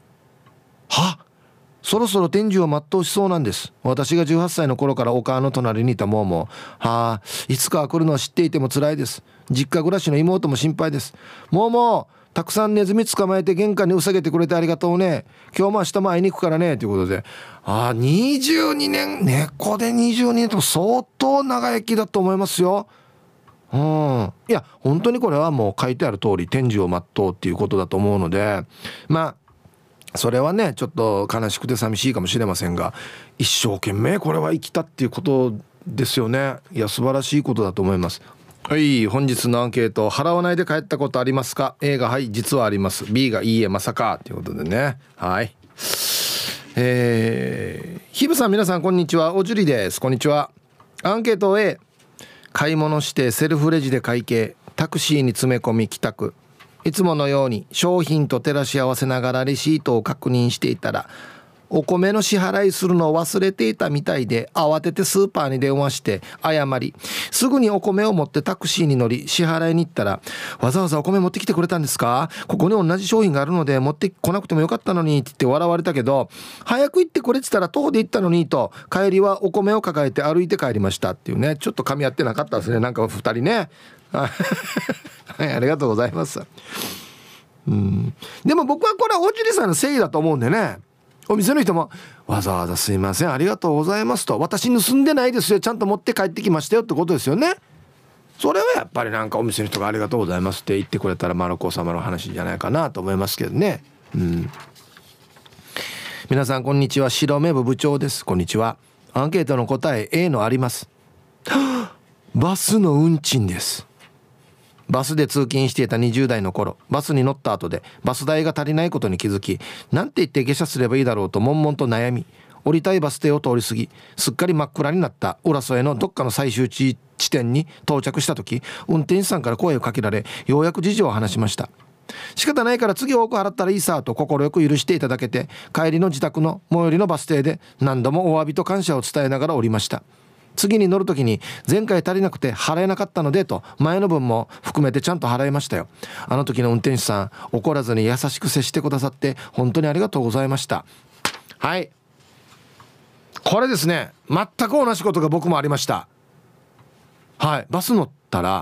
そろそろ天寿を全うしそうなんです。私が18歳の頃からお母の隣にいたいつか来るのは知っていても辛いです。実家暮らしの妹も心配です。たくさんネズミ捕まえて玄関にうさげてくれてありがとうね。今日も明日も会いに行くからねということで、22年、猫で22年と相当長生きだと思いますよ。いや本当にこれはもう書いてある通り天寿を全うっていうことだと思うので、それはねちょっと悲しくて寂しいかもしれませんが、一生懸命これは生きたっていうことですよね。いや素晴らしいことだと思います。はい、本日のアンケート、払わないで帰ったことありますか？ A がはい実はあります、 B がいいえまさかということでね。はい、ヒブさん皆さんこんにちは、おじゅりです。こんにちは。アンケート A、 買い物してセルフレジで会計、タクシーに詰め込み帰宅、いつものように商品と照らし合わせながらレシートを確認していたら、お米の支払いするのを忘れていたみたいで、慌ててスーパーに電話して謝り、すぐにお米を持ってタクシーに乗り支払いに行ったら、わざわざお米持ってきてくれたんですか？ここに同じ商品があるので持ってこなくてもよかったのにって言って笑われたけど、早く行ってくれって言ったら徒歩で行ったのにと、帰りはお米を抱えて歩いて帰りましたっていうね。ちょっと噛み合ってなかったですね、なんか2人ね。はい、ありがとうございます。でも僕はこれはおじりさんの誠意だと思うんでね、お店の人もわざわざすいませんありがとうございますと、私盗んでないですよ、ちゃんと持って帰ってきましたよってことですよね。それはやっぱりなんかお店の人がありがとうございますって言ってくれたら丸子様の話じゃないかなと思いますけどね。皆さんこんにちは、白目部部長です。こんにちは。アンケートの答え A のあります。バスの運賃です。バスで通勤していた20代の頃、バスに乗った後でバス代が足りないことに気づき、なんて言って下車すればいいだろうと悶々と悩み、降りたいバス停を通り過ぎ、すっかり真っ暗になった浦添のどっかの最終地点に到着した時、運転手さんから声をかけられ、ようやく事情を話しました。仕方ないから次多く払ったらいいさと快く許していただけて、帰りの自宅の最寄りのバス停で何度もお詫びと感謝を伝えながら降りました。次に乗るときに前回足りなくて払えなかったのでと前の分も含めてちゃんと払いましたよ。あの時の運転手さん怒らずに優しく接してくださって本当にありがとうございました。はい、これですね、全く同じことが僕もありました。はい、バス乗ったら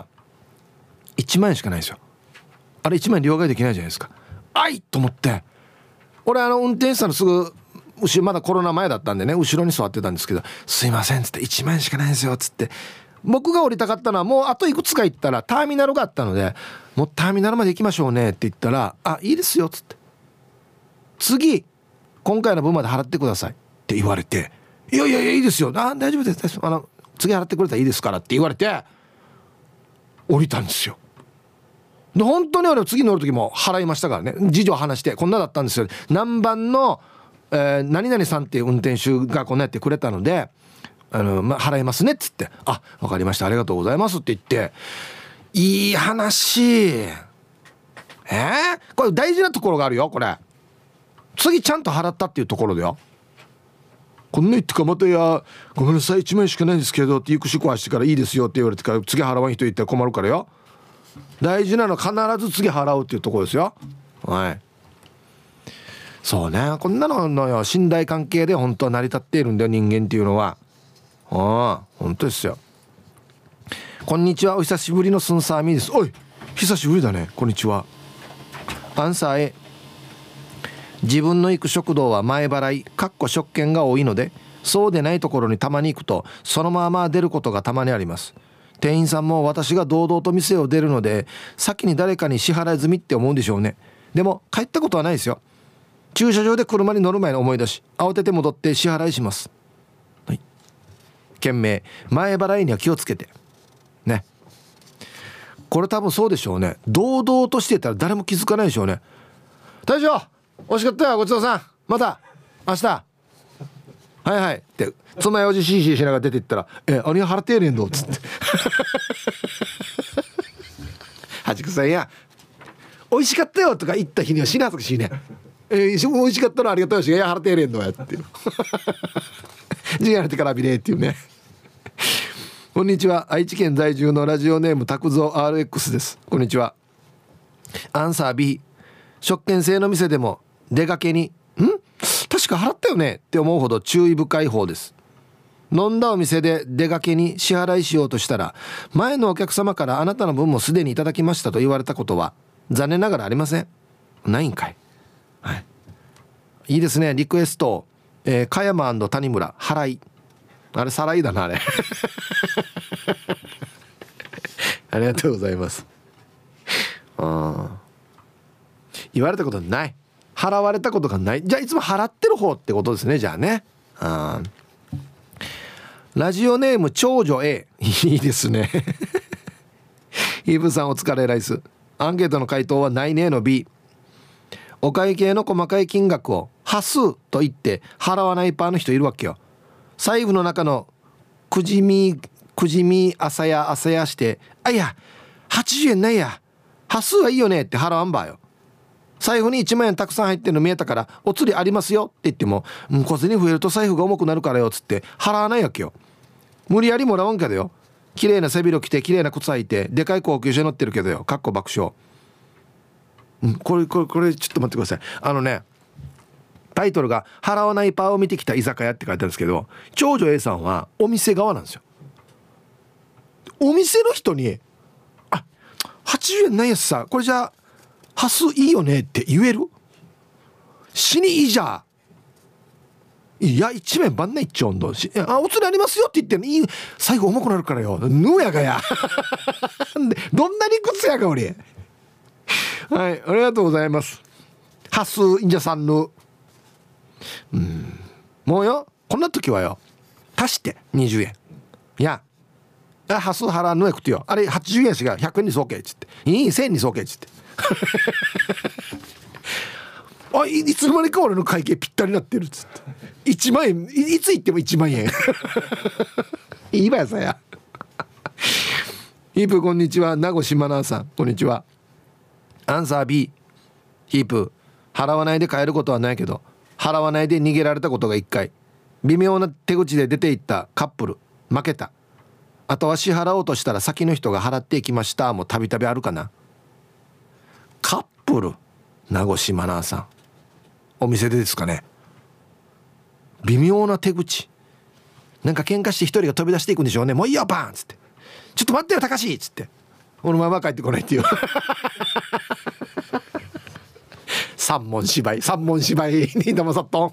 1万円しかないんですよ。あれ1万円両替できないじゃないですか。と思って、俺運転手さんのすぐ後ろ、まだコロナ前だったんでね、後ろに座ってたんですけど、すいませんっつって、1万円しかないんですよっつって、僕が降りたかったのはもうあといくつか行ったらターミナルがあったので、もうターミナルまで行きましょうねって言ったら、いいですよっつって、次今回の分まで払ってくださいって言われて、いやいいですよ、大丈夫です、次払ってくれたらいいですからって言われて降りたんですよ。で本当に俺次乗る時も払いましたからね。事情話してこんなだったんですよ、何番の何々さんっていう運転手がこんなやってくれたので払いますねっつって、わかりましたありがとうございますって言って、いい話。これ大事なところがあるよ。これ次ちゃんと払ったっていうところだよ。こんな言ってかまたごめんなさい1万円しかないんですけどって行くし壊してからいいですよって言われてから次払わん人言ったら困るからよ。大事なのは必ず次払うっていうところですよ。はい、そうね、こんなの信頼関係で本当は成り立っているんだよ人間っていうのは。本当ですよ。こんにちは、お久しぶりのスンサーミーです。おい久しぶりだね。こんにちは。アンサー A、 自分の行く食堂は前払い食券が多いので、そうでないところにたまに行くとそのまま出ることがたまにあります。店員さんも私が堂々と店を出るので先に誰かに支払い済みって思うんでしょうね。でも帰ったことはないですよ。駐車場で車に乗る前に思い出し慌てて戻って支払いします。はい、件名前払いには気をつけてね。これ多分そうでしょうね。堂々としてたら誰も気づかないでしょうね。大将美味しかったよ、ごちそうさん、また明日はいってつまようじシーシーしながら出ていったらあれ払ってやれんのっつってはじくさんや美味しかったよとか言った日には死に恥ずかしいね。美味しかったのありがとうよし、いや、腹てれんのやっていう時間やってからビレーっていうねこんにちは、愛知県在住のラジオネーム拓蔵 RX です。こんにちは。アンサー B、 食券制の店でも出かけに確か払ったよねって思うほど注意深い方です。飲んだお店で出かけに支払いしようとしたら、前のお客様からあなたの分もすでにいただきましたと言われたことは残念ながらありません。ないんかい。はい、いいですね。リクエスト、加山&谷村払い、あれさらいだなあれありがとうございます。言われたことない、払われたことがない。じゃあいつも払ってる方ってことですね。じゃあね。ラジオネーム長女 A いいですねイブさんお疲れライス。アンケートの回答はないねの B。 お会計の細かい金額を端数と言って払わないパーの人いるわけよ。財布の中のくじみ朝やして、あ、いや80円ないや、端数はいいよねって払わんばよ。財布に1万円たくさん入ってるの見えたからお釣りありますよって言っても、小銭増えると財布が重くなるからよっつって払わないわけよ。無理やりもらわんけどよ。綺麗な背広着て綺麗な靴履いてでかい高級車乗ってるけどよ、かっこ爆笑。これちょっと待ってください。タイトルが払わないパーを見てきた居酒屋って書いてあるんですけど、長女 A さんはお店側なんですよ。お店の人に80円ないやつさ、これじゃあ端数いいよねって言える？死にいいじゃん。いや一面番内一丁どお釣りありますよって言ってんのいい、最後重くなるからよ、ぬやがやどんな理屈やが俺はい、ありがとうございます。端数いんじゃさんぬ。もうよ、こんな時はよ、足して20円いや端数払わぬやくてよ、あれ80円しか100円にそうけっつって、いい1000円にそうけっつっていつの間にか俺の会計ぴったりになってるっつって、1万円いつ行っても1万円いいわやさやヒープこんにちは、名護島奈さんこんにちは。アンサー B、 ヒープ払わないで帰ることはないけど払わないで逃げられたことが1回、微妙な手口で出ていったカップル負けた、あとは支払おうとしたら先の人が払っていきましたもたびたびあるかな。カップル、名護島奈さんお店でですかね。微妙な手口、なんか喧嘩して一人が飛び出していくんでしょうね。もういいよバーンっつって、ちょっと待ってよ高志っつって、俺まま帰ってこないっていう三文芝居に騙さっとん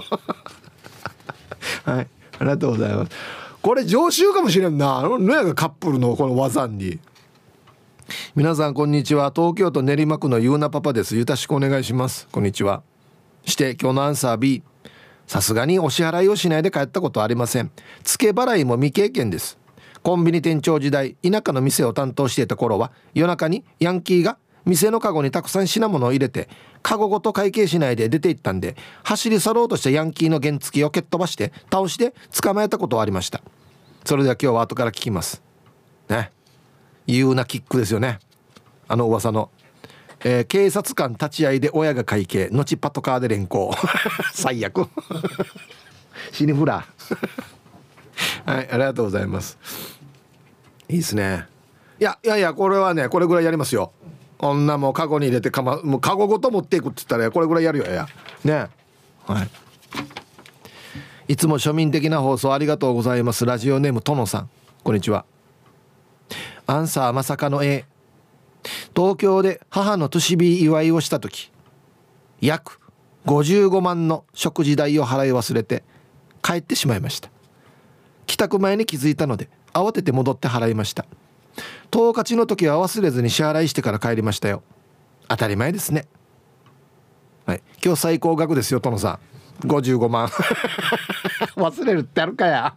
はい、ありがとうございます。これ常習かもしれんな、のやがカップルのこの技に。皆さんこんにちは、東京都練馬区のゆうなパパです。よろしくお願いします。こんにちは。して今日のアンサー B、 さすがにお支払いをしないで帰ったことはありません。付け払いも未経験です。コンビニ店長時代、田舎の店を担当していた頃は夜中にヤンキーが店のカゴにたくさん品物を入れてカゴごと会計しないで出て行ったんで、走り去ろうとしたヤンキーの原付を蹴っ飛ばして倒して捕まえたことはありました。それでは今日は後から聞きますね。言うなキックですよね、あの噂の、警察官立ち会いで親が会計、後パトカーで連行最悪死にフラはい、ありがとうございます。いいですね。いやこれはね、これぐらいやりますよ。女もカゴに入れてもうカゴごと持っていくって言ったらこれぐらいやるよやね。はい、いつも庶民的な放送ありがとうございます。ラジオネームとのさんこんにちは。アンサーまさかの A、 東京で母の年日祝いをした時、約55万の食事代を払い忘れて帰ってしまいました。帰宅前に気づいたので慌てて戻って払いました。10日の時は忘れずに支払いしてから帰りましたよ。当たり前ですね。はい、今日最高額ですよ殿さん、55万忘れるってあるかや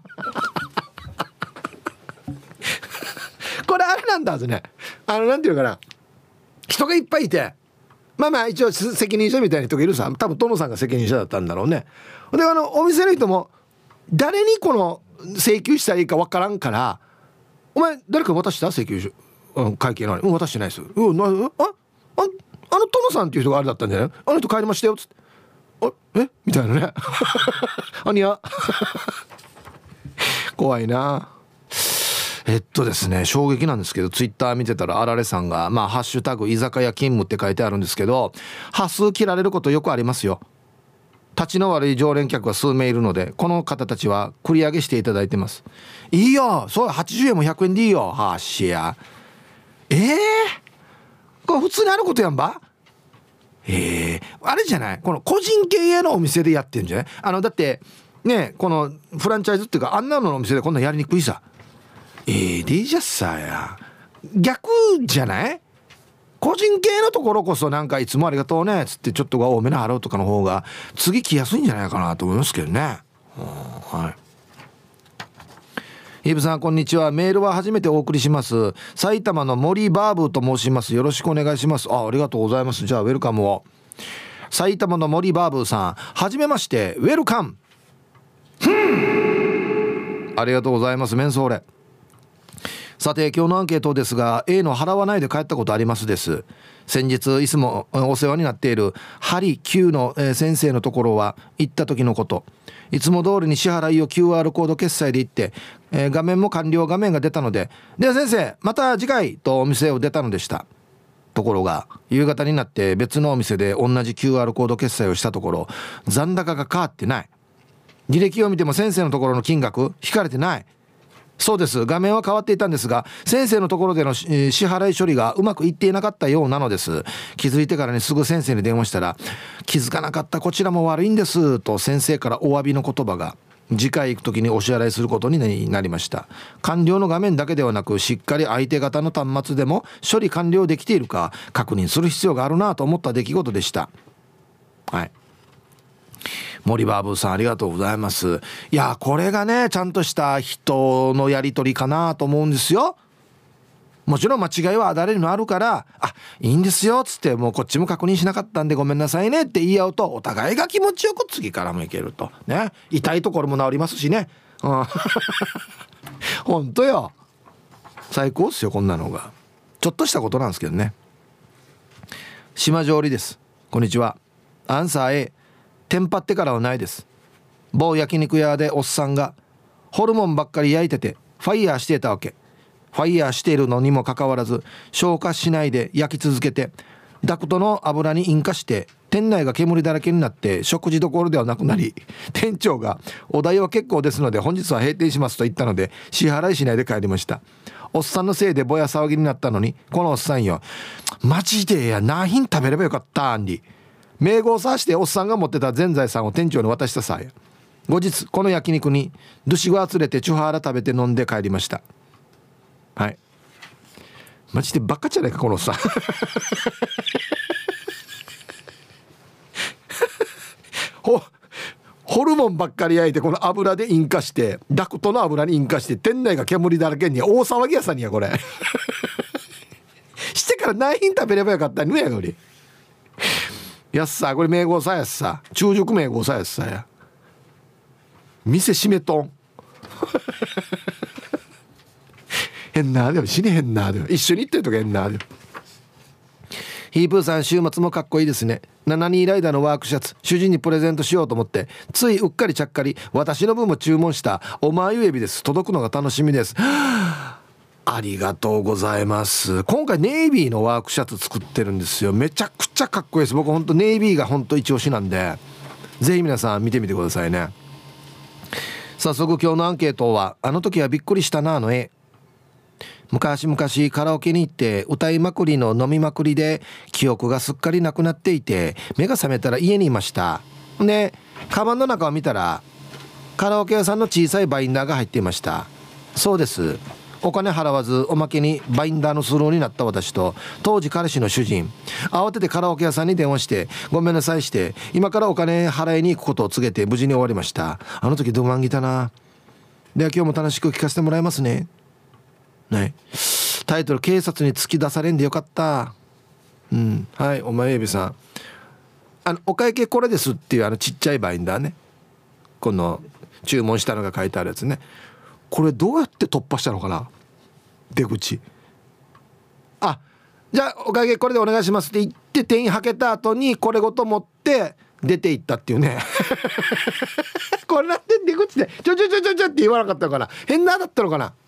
これあれなんだはずね、なんていうかな、人がいっぱいいて、まあ一応責任者みたいな人がいるさ、多分殿さんが責任者だったんだろうね。でお店の人も誰にこの請求したらいいかわからんから、お前誰か渡した請求書、会計なのに、渡してないです。 あの殿さんっていう人があれだったんじゃない？あの人帰りましたよっつって、みたいなねあにゃ怖いな。ですね、衝撃なんですけど、ツイッター見てたらあられさんがハッシュタグ居酒屋勤務って書いてあるんですけど、端数切られることよくありますよ。立ちの悪い常連客が数名いるので、この方たちは繰り上げしていただいてます。いいよ、そう80円も100円でいいよ、はっしや。これ普通にあることやんば。あれじゃない、この個人経営のお店でやってんじゃない？だってね、このフランチャイズっていうか、あんなのお店でこんなやりにくいさ。でじゃさや、逆じゃない？個人系のところこそなんかいつもありがとうねっつってちょっとが多めの払うとかの方が次来やすいんじゃないかなと思いますけどね。はい。イブさんこんにちは。メールは初めてお送りします。埼玉の森バーブと申します。よろしくお願いします。ありがとうございます。じゃあウェルカムを。埼玉の森バーブさん、はじめまして、ウェルカム。ありがとうございます。メンソーレ。さて今日のアンケートですが、 A の払わないで帰ったことありますです。先日いつもお世話になっているハリ Q の先生のところは行った時のこと、いつも通りに支払いを QR コード決済で行って、画面も完了画面が出たので、では先生また次回とお店を出たのでした。ところが夕方になって別のお店で同じ QR コード決済をしたところ、残高が変わってない。履歴を見ても先生のところの金額引かれてない。そうです、画面は変わっていたんですが、先生のところでの支払い処理がうまくいっていなかったようなのです。気づいてからにすぐ先生に電話したら、気づかなかったこちらも悪いんですと先生からお詫びの言葉が。次回行く時にお支払いすることになりました。完了の画面だけではなく、しっかり相手方の端末でも処理完了できているか確認する必要があるなと思った出来事でした。はい。森バーブーさんありがとうございます。いやこれがね、ちゃんとした人のやり取りかなと思うんですよ。もちろん間違いは誰にもあるから、いいんですよっつって、もうこっちも確認しなかったんでごめんなさいねって言い合うと、お互いが気持ちよく次からもいけるとね。痛いところも治りますしね。ほんとよ、最高っすよこんなのが。ちょっとしたことなんですけどね。島上里です。こんにちは。アンサー A、テンパってからはないです。某焼肉屋でおっさんがホルモンばっかり焼いててファイヤーしていたわけ。ファイヤーしているのにもかかわらず消化しないで焼き続けて、ダクトの油に引火して店内が煙だらけになって食事どころではなくなり、店長がお代は結構ですので本日は閉店しますと言ったので支払いしないで帰りました。おっさんのせいでぼや騒ぎになったのに、このおっさんよ、マジでや何品食べればよかったんり名簿をさしておっさんが持ってた全財産を店長に渡したさや。後日この焼肉にドゥシゴア連れてチュハーラ食べて飲んで帰りました。はい。マジでバカじゃないかこのおっさんホルモンばっかり焼いてこの油で引火して、ダクトの油に引火して店内が煙だらけに、大騒ぎ屋さんにやこれしてから何品食べればよかったんやこれ。やっさこれ名号さやっさ、中熟名号さやっさや、店閉めとん変なでも死ねへんなでも一緒に行ってるとか変なでも。ヒープーさん週末もかっこいいですね。72ライダーのワークシャツ主人にプレゼントしようと思ってついうっかりちゃっかり私の分も注文したおまゆエビです。届くのが楽しみです。ありがとうございます。今回ネイビーのワークシャツ作ってるんですよ。めちゃくちゃかっこいいです。僕本当ネイビーが本当一押しなんで、ぜひ皆さん見てみてくださいね。早速今日のアンケートは、あの時はびっくりしたなの絵。昔々カラオケに行って歌いまくりの飲みまくりで記憶がすっかりなくなっていて、目が覚めたら家にいました。でカバンの中を見たらカラオケ屋さんの小さいバインダーが入っていました。そうです、お金払わずおまけにバインダーのスルーになった私と当時彼氏の主人、慌ててカラオケ屋さんに電話してごめんなさいして今からお金払いに行くことを告げて無事に終わりました。あの時どまんぎたな。では今日も楽しく聞かせてもらいますね。ね、タイトル警察に突き出されんでよかった。はい、お前エビさん、お会計これですっていうちっちゃいバインダーね、この注文したのが書いてあるやつね。これどうやって突破したのかな、出口。じゃあお会計これでお願いしますって言っって店員はけた後にこれごと持って出て行ったっていうねこれなんで出口でちょって言わなかったのかな、変なだったのかな、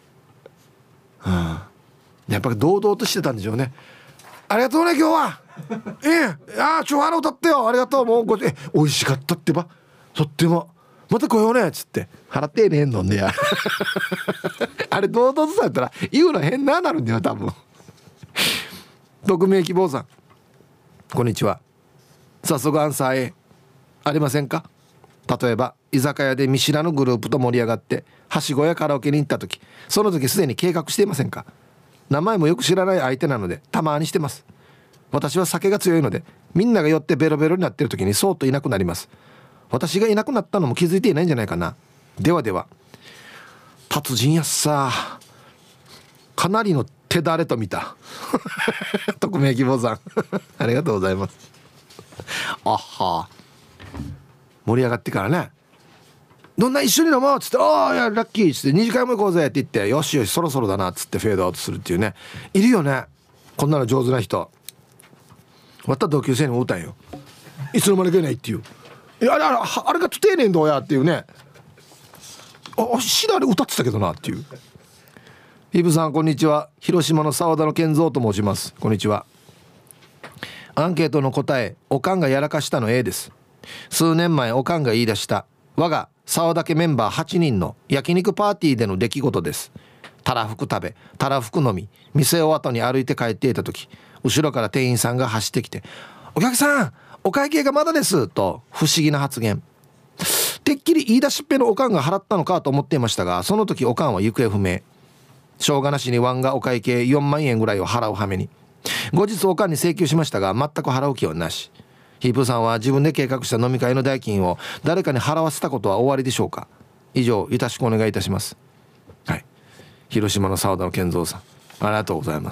やっぱり堂々としてたんでしょうね。ありがとうね今日は超腹歌ってよ、ありがとう、もう美味しかったってば、とってもまた来ようねっつって払ってねえのんでやあれ堂々とされたら言うの変なるんだよ多分匿名希望さん、こんにちは。早速アンサー A ありませんか。例えば居酒屋で見知らぬグループと盛り上がってはしごやカラオケに行った時、その時すでに計画していませんか。名前もよく知らない相手なのでたまにしてます。私は酒が強いのでみんなが酔ってベロベロになってる時にそーっといなくなります。私がいなくなったのも気づいていないんじゃないかな。ではでは。達人やっさ、かなりの手だれと見た匿名希望さんありがとうございます。あは盛り上がってからね、どんな一緒に飲もうっつって、ああいやラッキーっつって二次会も行こうぜって言って、よしよしそろそろだなっつってフェードアウトするっていうね、いるよねこんなの上手な人。わった同級生にも歌んよ、いつの間にかいないっていう、あれがとてねんどうやっていうね、シダで歌ってたけどなっていう。イブさんこんにちは。広島の沢田の健三と申します。こんにちは。アンケートの答え、おかんがやらかしたの A です。数年前おかんが言い出した我が沢田家メンバー8人の焼肉パーティーでの出来事です。たらふく食べたらふく飲み、店を後に歩いて帰っていた時、後ろから店員さんが走ってきて、お客さんお会計がまだですと不思議な発言。てっきり言い出しっぺのおかんが払ったのかと思っていましたが、その時おかんは行方不明。しょうがなしにワンがお会計4万円ぐらいを払うはめに、後日おかんに請求しましたが全く払う気はなし。ヒープさんは自分で計画した飲み会の代金を誰かに払わせたことは終わりでしょうか。以上よろしくお願いいたします。はい、広島の沢田の健三さん、ありがとうございます。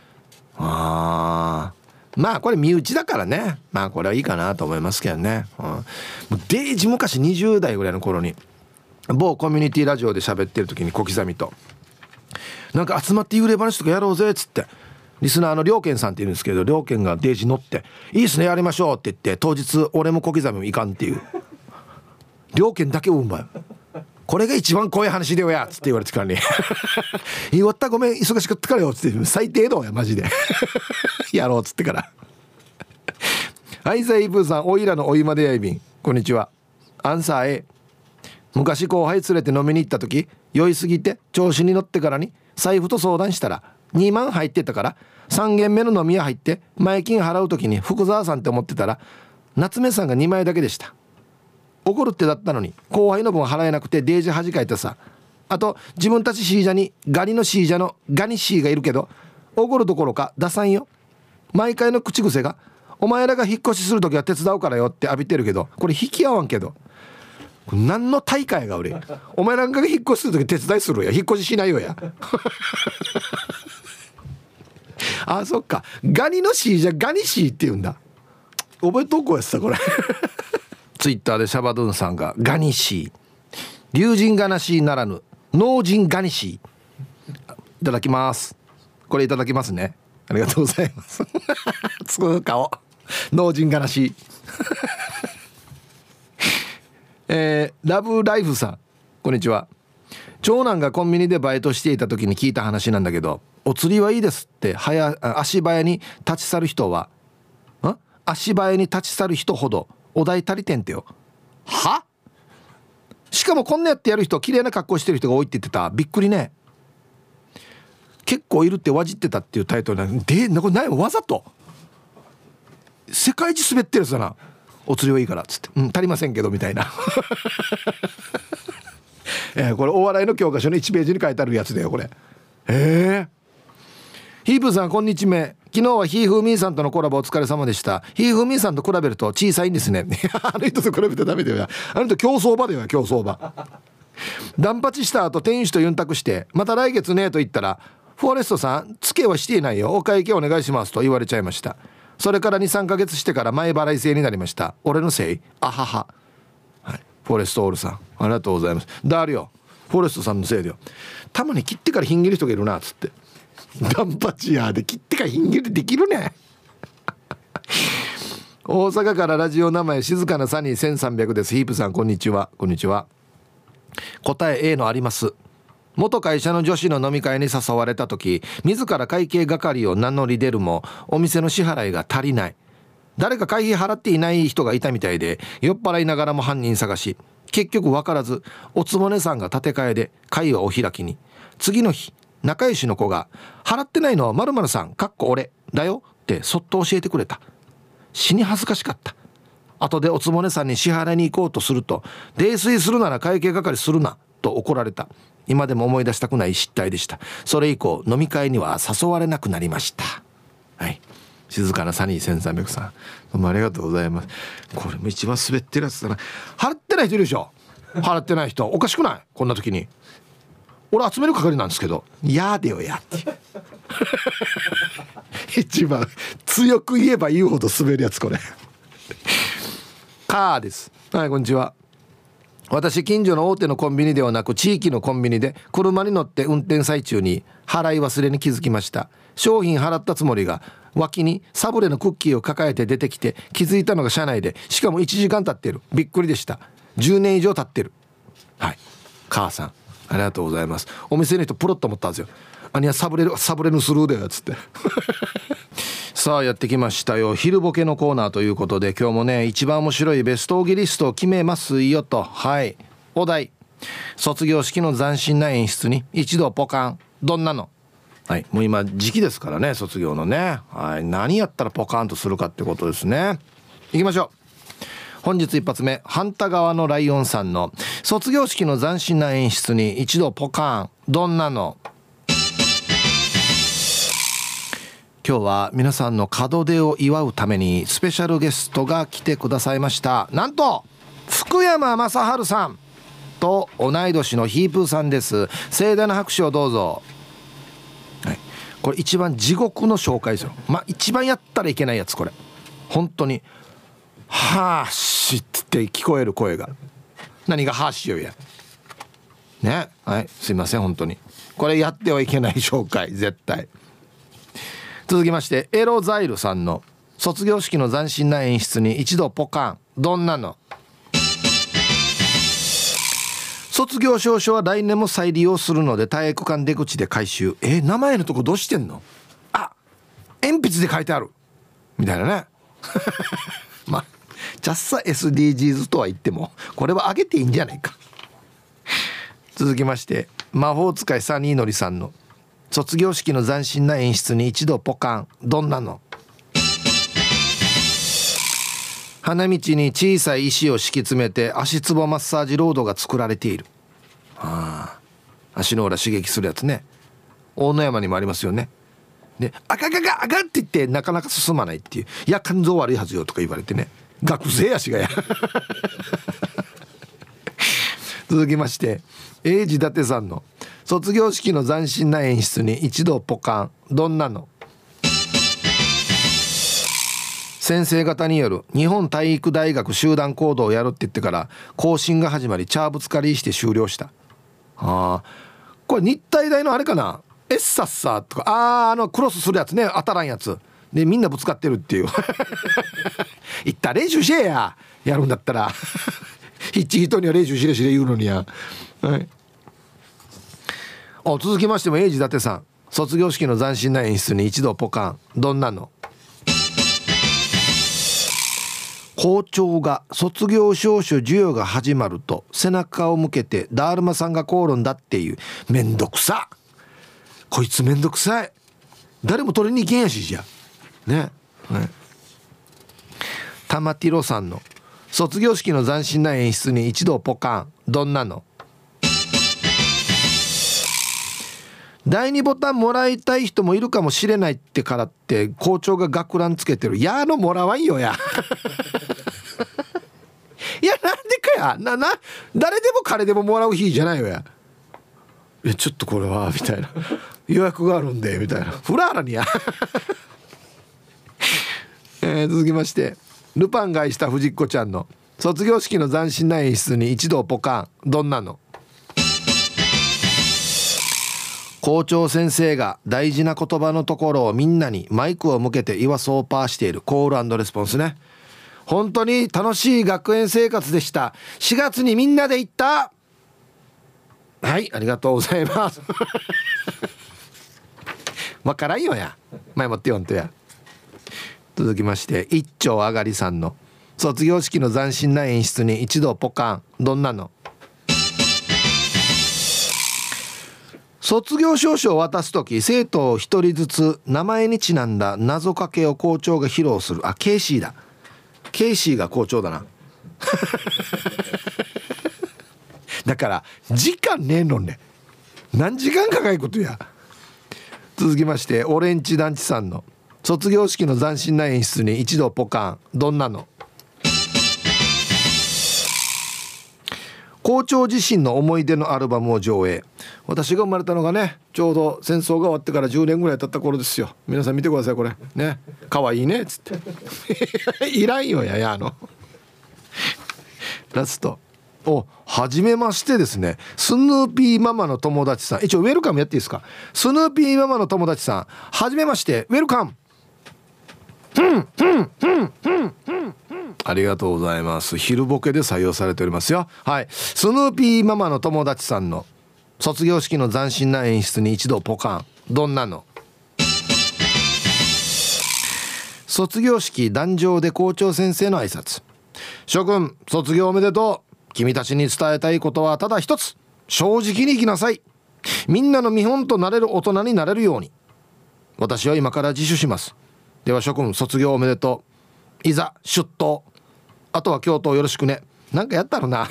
まあこれ身内だからね、まあこれはいいかなと思いますけどね、もうデージ昔20代ぐらいの頃に某コミュニティラジオで喋ってる時に小刻みとなんか集まって幽霊話とかやろうぜっつって、リスナーの良健さんっていうんですけど、良健がデージ乗っていいっすねやりましょうって言って、当日俺も小刻みもいかんっていう、良健だけうんばい、これが一番怖い話でよやっつって言われてからに言わったごめん忙しかったからよっつって、最低だやマジでやろうっつってからはいザイブーさん、おいらのお湯までやいびん、こんにちは。アンサー A。 昔後輩連れて飲みに行った時、酔いすぎて調子に乗ってからに財布と相談したら2万入ってたから、3軒目の飲み屋入って前金払う時に福沢さんって思ってたら夏目さんが2枚だけでした。怒るってだったのに後輩の分払えなくてデージ恥かいたさ。あと自分たちシージャにガニのシージャのガニシーがいるけど、怒るどころかダサんよ。毎回の口癖がお前らが引っ越しする時は手伝うからよって浴びてるけど、これ引き合わんけど、何の大会が俺、お前なんかが引っ越しする時手伝いするや、引っ越ししないよやあ、そっか、ガニのシーじゃガニシーって言うんだ。覚えとこうやつだこれツイッターでシャバドゥンさんがガニシー、龍神ガナシーならぬ農人ガニシー、いただきます。これいただきますね、ありがとうございますつく顔農人ガナシーラブライフさん、こんにちは。長男がコンビニでバイトしていた時に聞いた話なんだけど、お釣りはいいですって足早に立ち去る人は足早に立ち去る人ほどお題足りてんてよ。は？しかもこんなやってやる人、綺麗な格好してる人が多いって言ってた。びっくりね。結構いるってわじってたっていうタイトルなんで、これ何わざと世界一滑ってるやつだな。お釣りはいいからっつって、足りませんけどみたいなこれお笑いの教科書の1ページに書いてあるやつだよこれ。ヒープさんこんにちは。昨日はヒーフーミーさんとのコラボお疲れ様でした。ヒーフーミーさんと比べると小さいんですねあの人と比べてダメだよや、あの人競走馬だよ、競走馬ダンパチした後店主とユンタクしてまた来月ねと言ったら、フォレストさん付けはしていないよ、お会計お願いしますと言われちゃいました。それから 2,3 ヶ月してから前払い制になりました。俺のせい、あはは、はい、フォレストオールさんありがとうございます。だるよ、フォレストさんのせいだよ。たまに切ってからひんぎり人がいるなっつって、ダンパチヤーで切ってからひんぎりできるね大阪からラジオ名前静かなサニー1300です。ヒープさんこんにちは。こんにちは。答え A のあります。元会社の女子の飲み会に誘われた時、自ら会計係を名乗り出るもお店の支払いが足りない、誰か会費払っていない人がいたみたいで、酔っ払いながらも犯人探し、結局分からずおつぼねさんが立て替えで会はお開きに。次の日仲良しの子が払ってないのは〇〇さん俺だよってそっと教えてくれた。死に恥ずかしかった。後でおつぼねさんに支払いに行こうとすると、泥酔するなら会計係するなと怒られた。今でも思い出したくない失態でした。それ以降飲み会には誘われなくなりました。はい、静かなサニー1300さんどうもありがとうございます。これも一番滑ってるやつだな。払ってない人いるでしょ。払ってない人おかしくない？こんな時に俺集める係なんですけど、やでよやって一番強く言えば言うほど滑るやつこれカーです。はい、こんにちは。私近所の大手のコンビニではなく地域のコンビニで車に乗って運転最中に払い忘れに気づきました。商品払ったつもりが脇にサブレのクッキーを抱えて出てきて、気づいたのが車内で、しかも1時間経ってる。びっくりでした。10年以上経ってる。はい、母さんありがとうございます。お店の人プロッと思ったんですよ。あにはサブレのスルーだよつってさあやってきましたよ、昼ボケのコーナーということで、今日もね一番面白いベストオギリストを決めますよと。はい、お題、卒業式の斬新な演出に一度ポカン、どんなの。はい、もう今時期ですからね、卒業のね。はい、何やったらポカンとするかってことですね。いきましょう。本日一発目、反対側のライオンさんの卒業式の斬新な演出に一度ポカン、どんなの。今日は皆さんの門出を祝うためにスペシャルゲストが来てくださいました。なんと福山雅治さんと同い年のヒープーさんです。盛大な拍手をどうぞ。はい、これ一番地獄の紹介ですよ。一番やったらいけないやつこれ。本当にはーしって聞こえる声が、何がはーしよやね。はい、すいません本当にこれやってはいけない紹介絶対。続きまして、エロザイルさんの卒業式の斬新な演出に一度ポカン、どんなの。卒業証書は来年も再利用するので体育館出口で回収。名前のとこどうしてんの。鉛筆で書いてあるみたいなねジャッサ SDGs とは言ってもこれはあげていいんじゃないか。続きまして、魔法使いサニーのりさんの卒業式の斬新な演出に一度ポカン、どんなの。花道に小さい石を敷き詰めて足つぼマッサージロードが作られている。足の裏刺激するやつね。大野山にもありますよね。であがって言ってなかなか進まないっていう、いや肝臓悪いはずよとか言われてね、学生足がや続きまして、英治伊達さんの卒業式の斬新な演出に一度ポカン、どんなの。先生方による日本体育大学集団行動をやるって言ってから更新が始まり、チャーぶつかりして終了した。これ日体大のあれかな、エッサッサーとか、クロスするやつね、当たらんやつでみんなぶつかってるっていういった練習しえやるんだったらヒッチ人には練習しれ言うのにや。はい、続きましても、英治伊達さん卒業式の斬新な演出に一度ポカン、どんなの。校長が卒業証書授与が始まると背中を向けてダールマさんが口論だっていう。めんどくさ、こいつめんどくさい、誰も取りに行けんやしじゃね。玉ティロさんの卒業式の斬新な演出に一度ポカン、どんなの。第2ボタンもらいたい人もいるかもしれないってからって校長が学ランつけてる。もらわんよやいやなんでかや誰でも彼でももらう日じゃないよや。ちょっとこれはみたいな予約があるんでみたいな、フラーラにや続きまして、ルパンが愛した藤子ちゃんの卒業式の斬新な演出に一度ポカン、どんなの。校長先生が大事な言葉のところをみんなにマイクを向けて言わそうパーしているコール&レスポンスね。 本当に楽しい学園生活でした。4月にみんなで行った。はい、ありがとうございますわからんよや、前もってよんとや。続きまして一丁上がりさんの卒業式の斬新な演出に一度ポカン。どんなの？卒業証書を渡すとき、生徒一人ずつ名前にちなんだ謎かけを校長が披露する。あ、ケイシーだ。ケイシーが校長だなだから時間ねえのね、何時間かかることや。続きましてオレンジ団地さんの卒業式の斬新な演出に一度ポカン。どんなの？校長自身の思い出のアルバムを上映。私が生まれたのがね、ちょうど戦争が終わってから10年ぐらい経った頃ですよ。皆さん見てくださいこれね、かわいいねっつっていらんよややのラスト。お、はじめましてですね。スヌーピーママの友達さん。一応ウェルカムやっていいですか。スヌーピーママの友達さん、はじめまして、ウェルカム。ありがとうございます。昼ボケで採用されておりますよ。はい、スヌーピーママの友達さんの卒業式の斬新な演出に一度ポカン。どんなの？卒業式壇上で校長先生の挨拶。諸君、卒業おめでとう。君たちに伝えたいことはただ一つ。正直に生きなさい。みんなの見本となれる大人になれるように。私は今から自首します。では諸君、卒業おめでとう。いざ出頭。あとは京都をよろしくね。なんかやったろな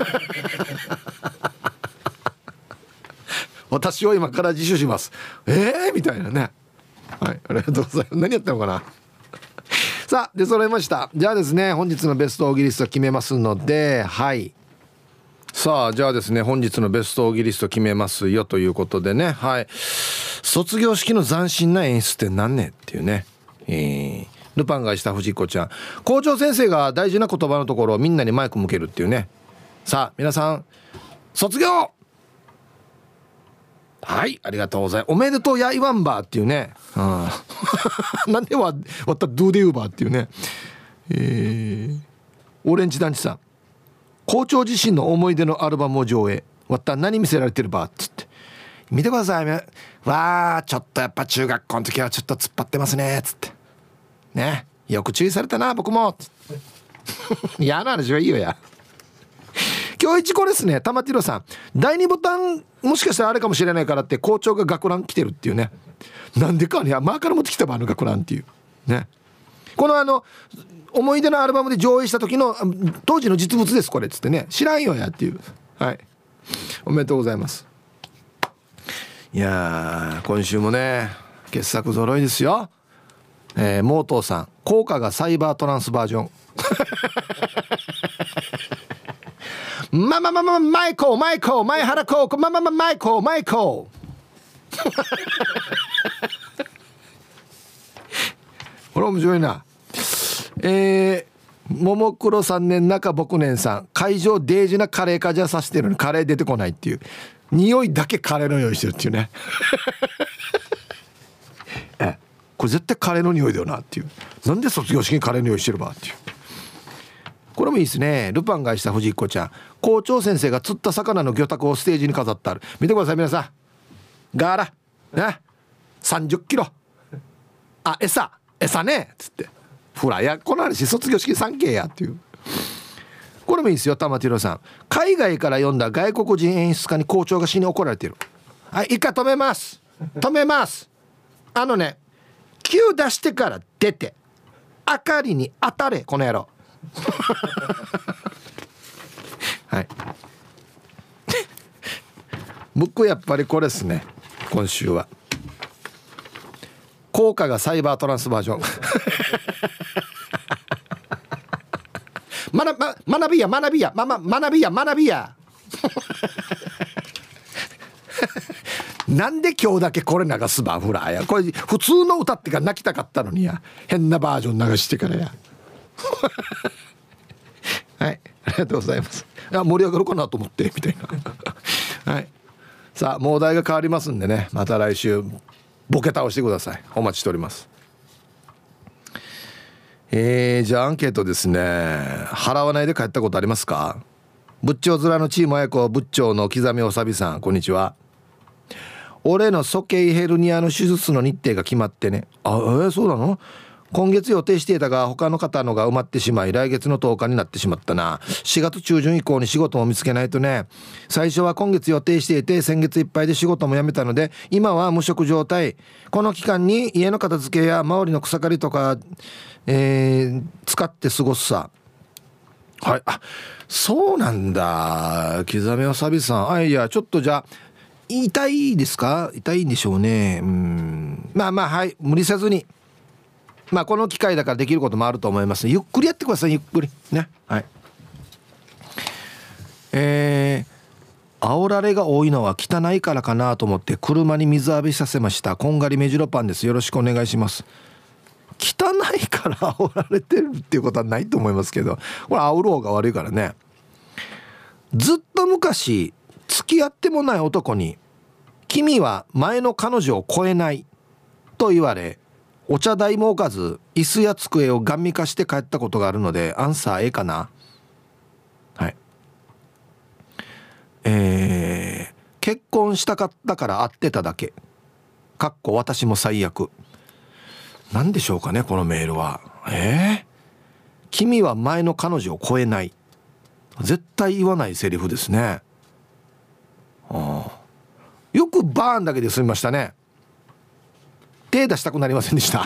私は今から自首します。みたいなね。はい、ありがとうございます。何やったのかなさあ、出揃いました。じゃあですね、本日のベストオーギリスト決めますので、はい、さあじゃあですね、本日のベストオーギリスト決めますよということでね、はい、卒業式の斬新な演出って何ねっていうね。ルパンがした藤子ちゃん、校長先生が大事な言葉のところをみんなにマイク向けるっていうね。さあ皆さん、卒業、はい、ありがとうございます。おめでとうやいわんばっていうね、なんでわったドゥーデウーバーっていうね。オレンジ団地さん、校長自身の思い出のアルバムを上映。わった何見せられてるばっつって、見てください。わー、ちょっとやっぱ中学校の時はちょっと突っ張ってますねっつってね、よく注意されたな僕もっつって嫌な話はいいよや。今日一これですね、玉ティロさん、第2ボタンもしかしたらあれかもしれないからって校長が学ラン来てるっていうね。なんでかね、マーカー持ってきたば、学ランっていうね。この思い出のアルバムで上映した時の当時の実物ですこれっつってね、知らんよやっていう。はい、おめでとうございます。いやー、今週もね傑作揃いですよ。モートーさん、効果がサイバートランスバージョンマイコー前原コーマイコーこれ面白いな。ももクロ3年中僕年さん、会場デージなカレーかじゃさせてるのにカレー出てこないっていう、匂いだけカレーの用意してるっていうねこれ絶対カレーの匂いだよなっていう、なんで卒業式にカレーの用意してるばっていう。これもいいですね。ルパンがした藤子ちゃん、校長先生が釣った魚の魚拓をステージに飾ってある。見てください皆さん、ガーラね、30キロ、あ、餌ねっつって、ほらや、この話卒業式3系やっていう。これもいいですよ。玉ティロさん、海外から読んだ外国人演出家に校長が死に怒られてる。はい、一回止めます。Q 出してから出て明かりに当たれこの野郎はい僕やっぱりこれですね、今週は効果がサイバートランスバージョン学びやなんで今日だけこれ流すばフラーや、これ普通の歌ってか泣きたかったのにや、変なバージョン流してからやはい、ありがとうございます。いや、盛り上がるかなと思ってみたいなはい、さあもう題が変わりますんでね、また来週ボケ倒してください。お待ちしております。 じゃあアンケートですね。払わないで帰ったことありますか？仏頂面のチームあやこ仏頂の刻みおさびさん、こんにちは。俺の鼠径ヘルニアの手術の日程が決まってね。そうなの？今月予定していたが他の方のが埋まってしまい来月の10日になってしまったな。4月中旬以降に仕事も見つけないとね。最初は今月予定していて先月いっぱいで仕事も辞めたので今は無職状態。この期間に家の片付けや周りの草刈りとか、使って過ごすさ。はい、そうなんだ。刻みわさびさん、いやちょっとじゃあ痛いですか？痛いんでしょうね。まあはい無理せずに、この機会だからできることもあると思います。ゆっくりやってください、ゆっくりね。はい。煽られが多いのは汚いからかなと思って車に水浴びさせました。こんがりメジロパンです。よろしくお願いします。汚いから煽られてるっていうことはないと思いますけど、これ煽る方が悪いからね。ずっと昔付き合ってもない男に君は前の彼女を超えないと言われお茶代も置かず椅子や机をガン見化して帰ったことがあるのでアンサー A かな。はい。結婚したかったから会ってただけ。かっこ私も最悪。なんでしょうかねこのメールは。君は前の彼女を超えない。絶対言わないセリフですね。よくバーンだけで済みましたね。手出したくなりませんでした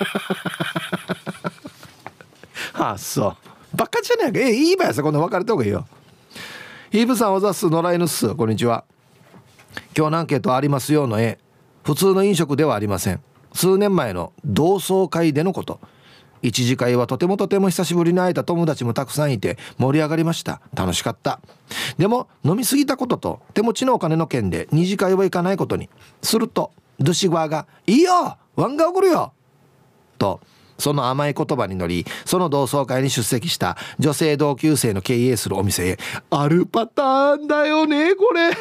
そうバカじゃないか。いいばやさ、こんな別れた方がいいよ。ヒーブさんおざっす野良犬っす、こんにちは。今日のアンケートありますよの普通の飲食ではありません。数年前の同窓会でのこと。一次会はとても久しぶりに会えた友達もたくさんいて盛り上がりました。楽しかった。でも飲み過ぎたことと手持ちのお金の件で二次会は行かないことに。するとドシグワがいいよワンがおごるよとその甘い言葉に乗り、その同窓会に出席した女性同級生の経営するお店へ。あるパターンだよねこれ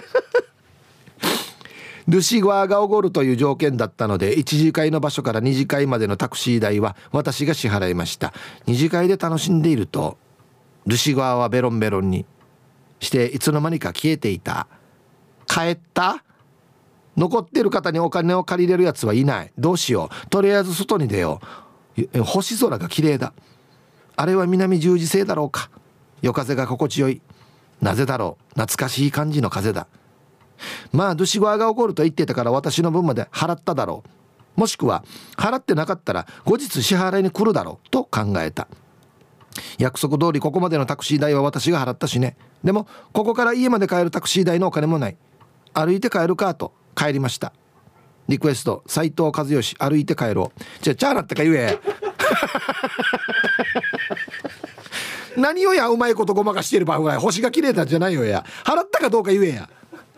ルシグワがおごるという条件だったので一次会の場所から二次会までのタクシー代は私が支払いました。二次会で楽しんでいるとルシグワはベロンベロンにしていつの間にか消えていた。帰った？残ってる方にお金を借りれるやつはいない。どうしよう。とりあえず外に出よう。星空が綺麗だ。あれは南十字星だろうか。夜風が心地よい。なぜだろう。懐かしい感じの風だ。ドシゴアが起こると言ってたから私の分まで払っただろう。もしくは払ってなかったら後日支払いに来るだろうと考えた。約束通りここまでのタクシー代は私が払ったしね。でもここから家まで帰るタクシー代のお金もない。歩いて帰るかと帰りました。リクエスト斉藤和義、歩いて帰ろう。じゃあなったか言え何をやうまいことごまかしてる場合ぐらい星が綺麗だじゃないよや。払ったかどうか言えや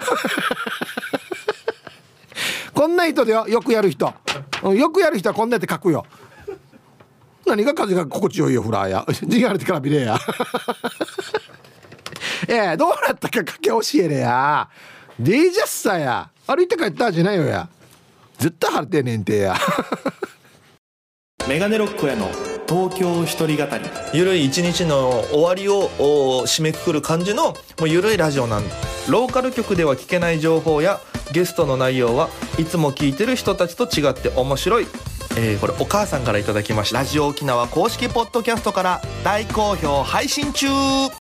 こんな人でよくやる人はこんなやって書くよ。何が風が心地よいよフラーや字があるから見れやどうなったか書け教えれや。デイジャスさや歩いて帰ったじゃないよや。絶対晴れてねんてやメガネロックへの東京一人語り。 ゆるい一日の終わりを締めくくる感じのもうゆるいラジオなんで、ローカル局では聞けない情報やゲストの内容はいつも聞いてる人たちと違って面白い。これお母さんからいただきました。ラジオ沖縄公式ポッドキャストから大好評配信中。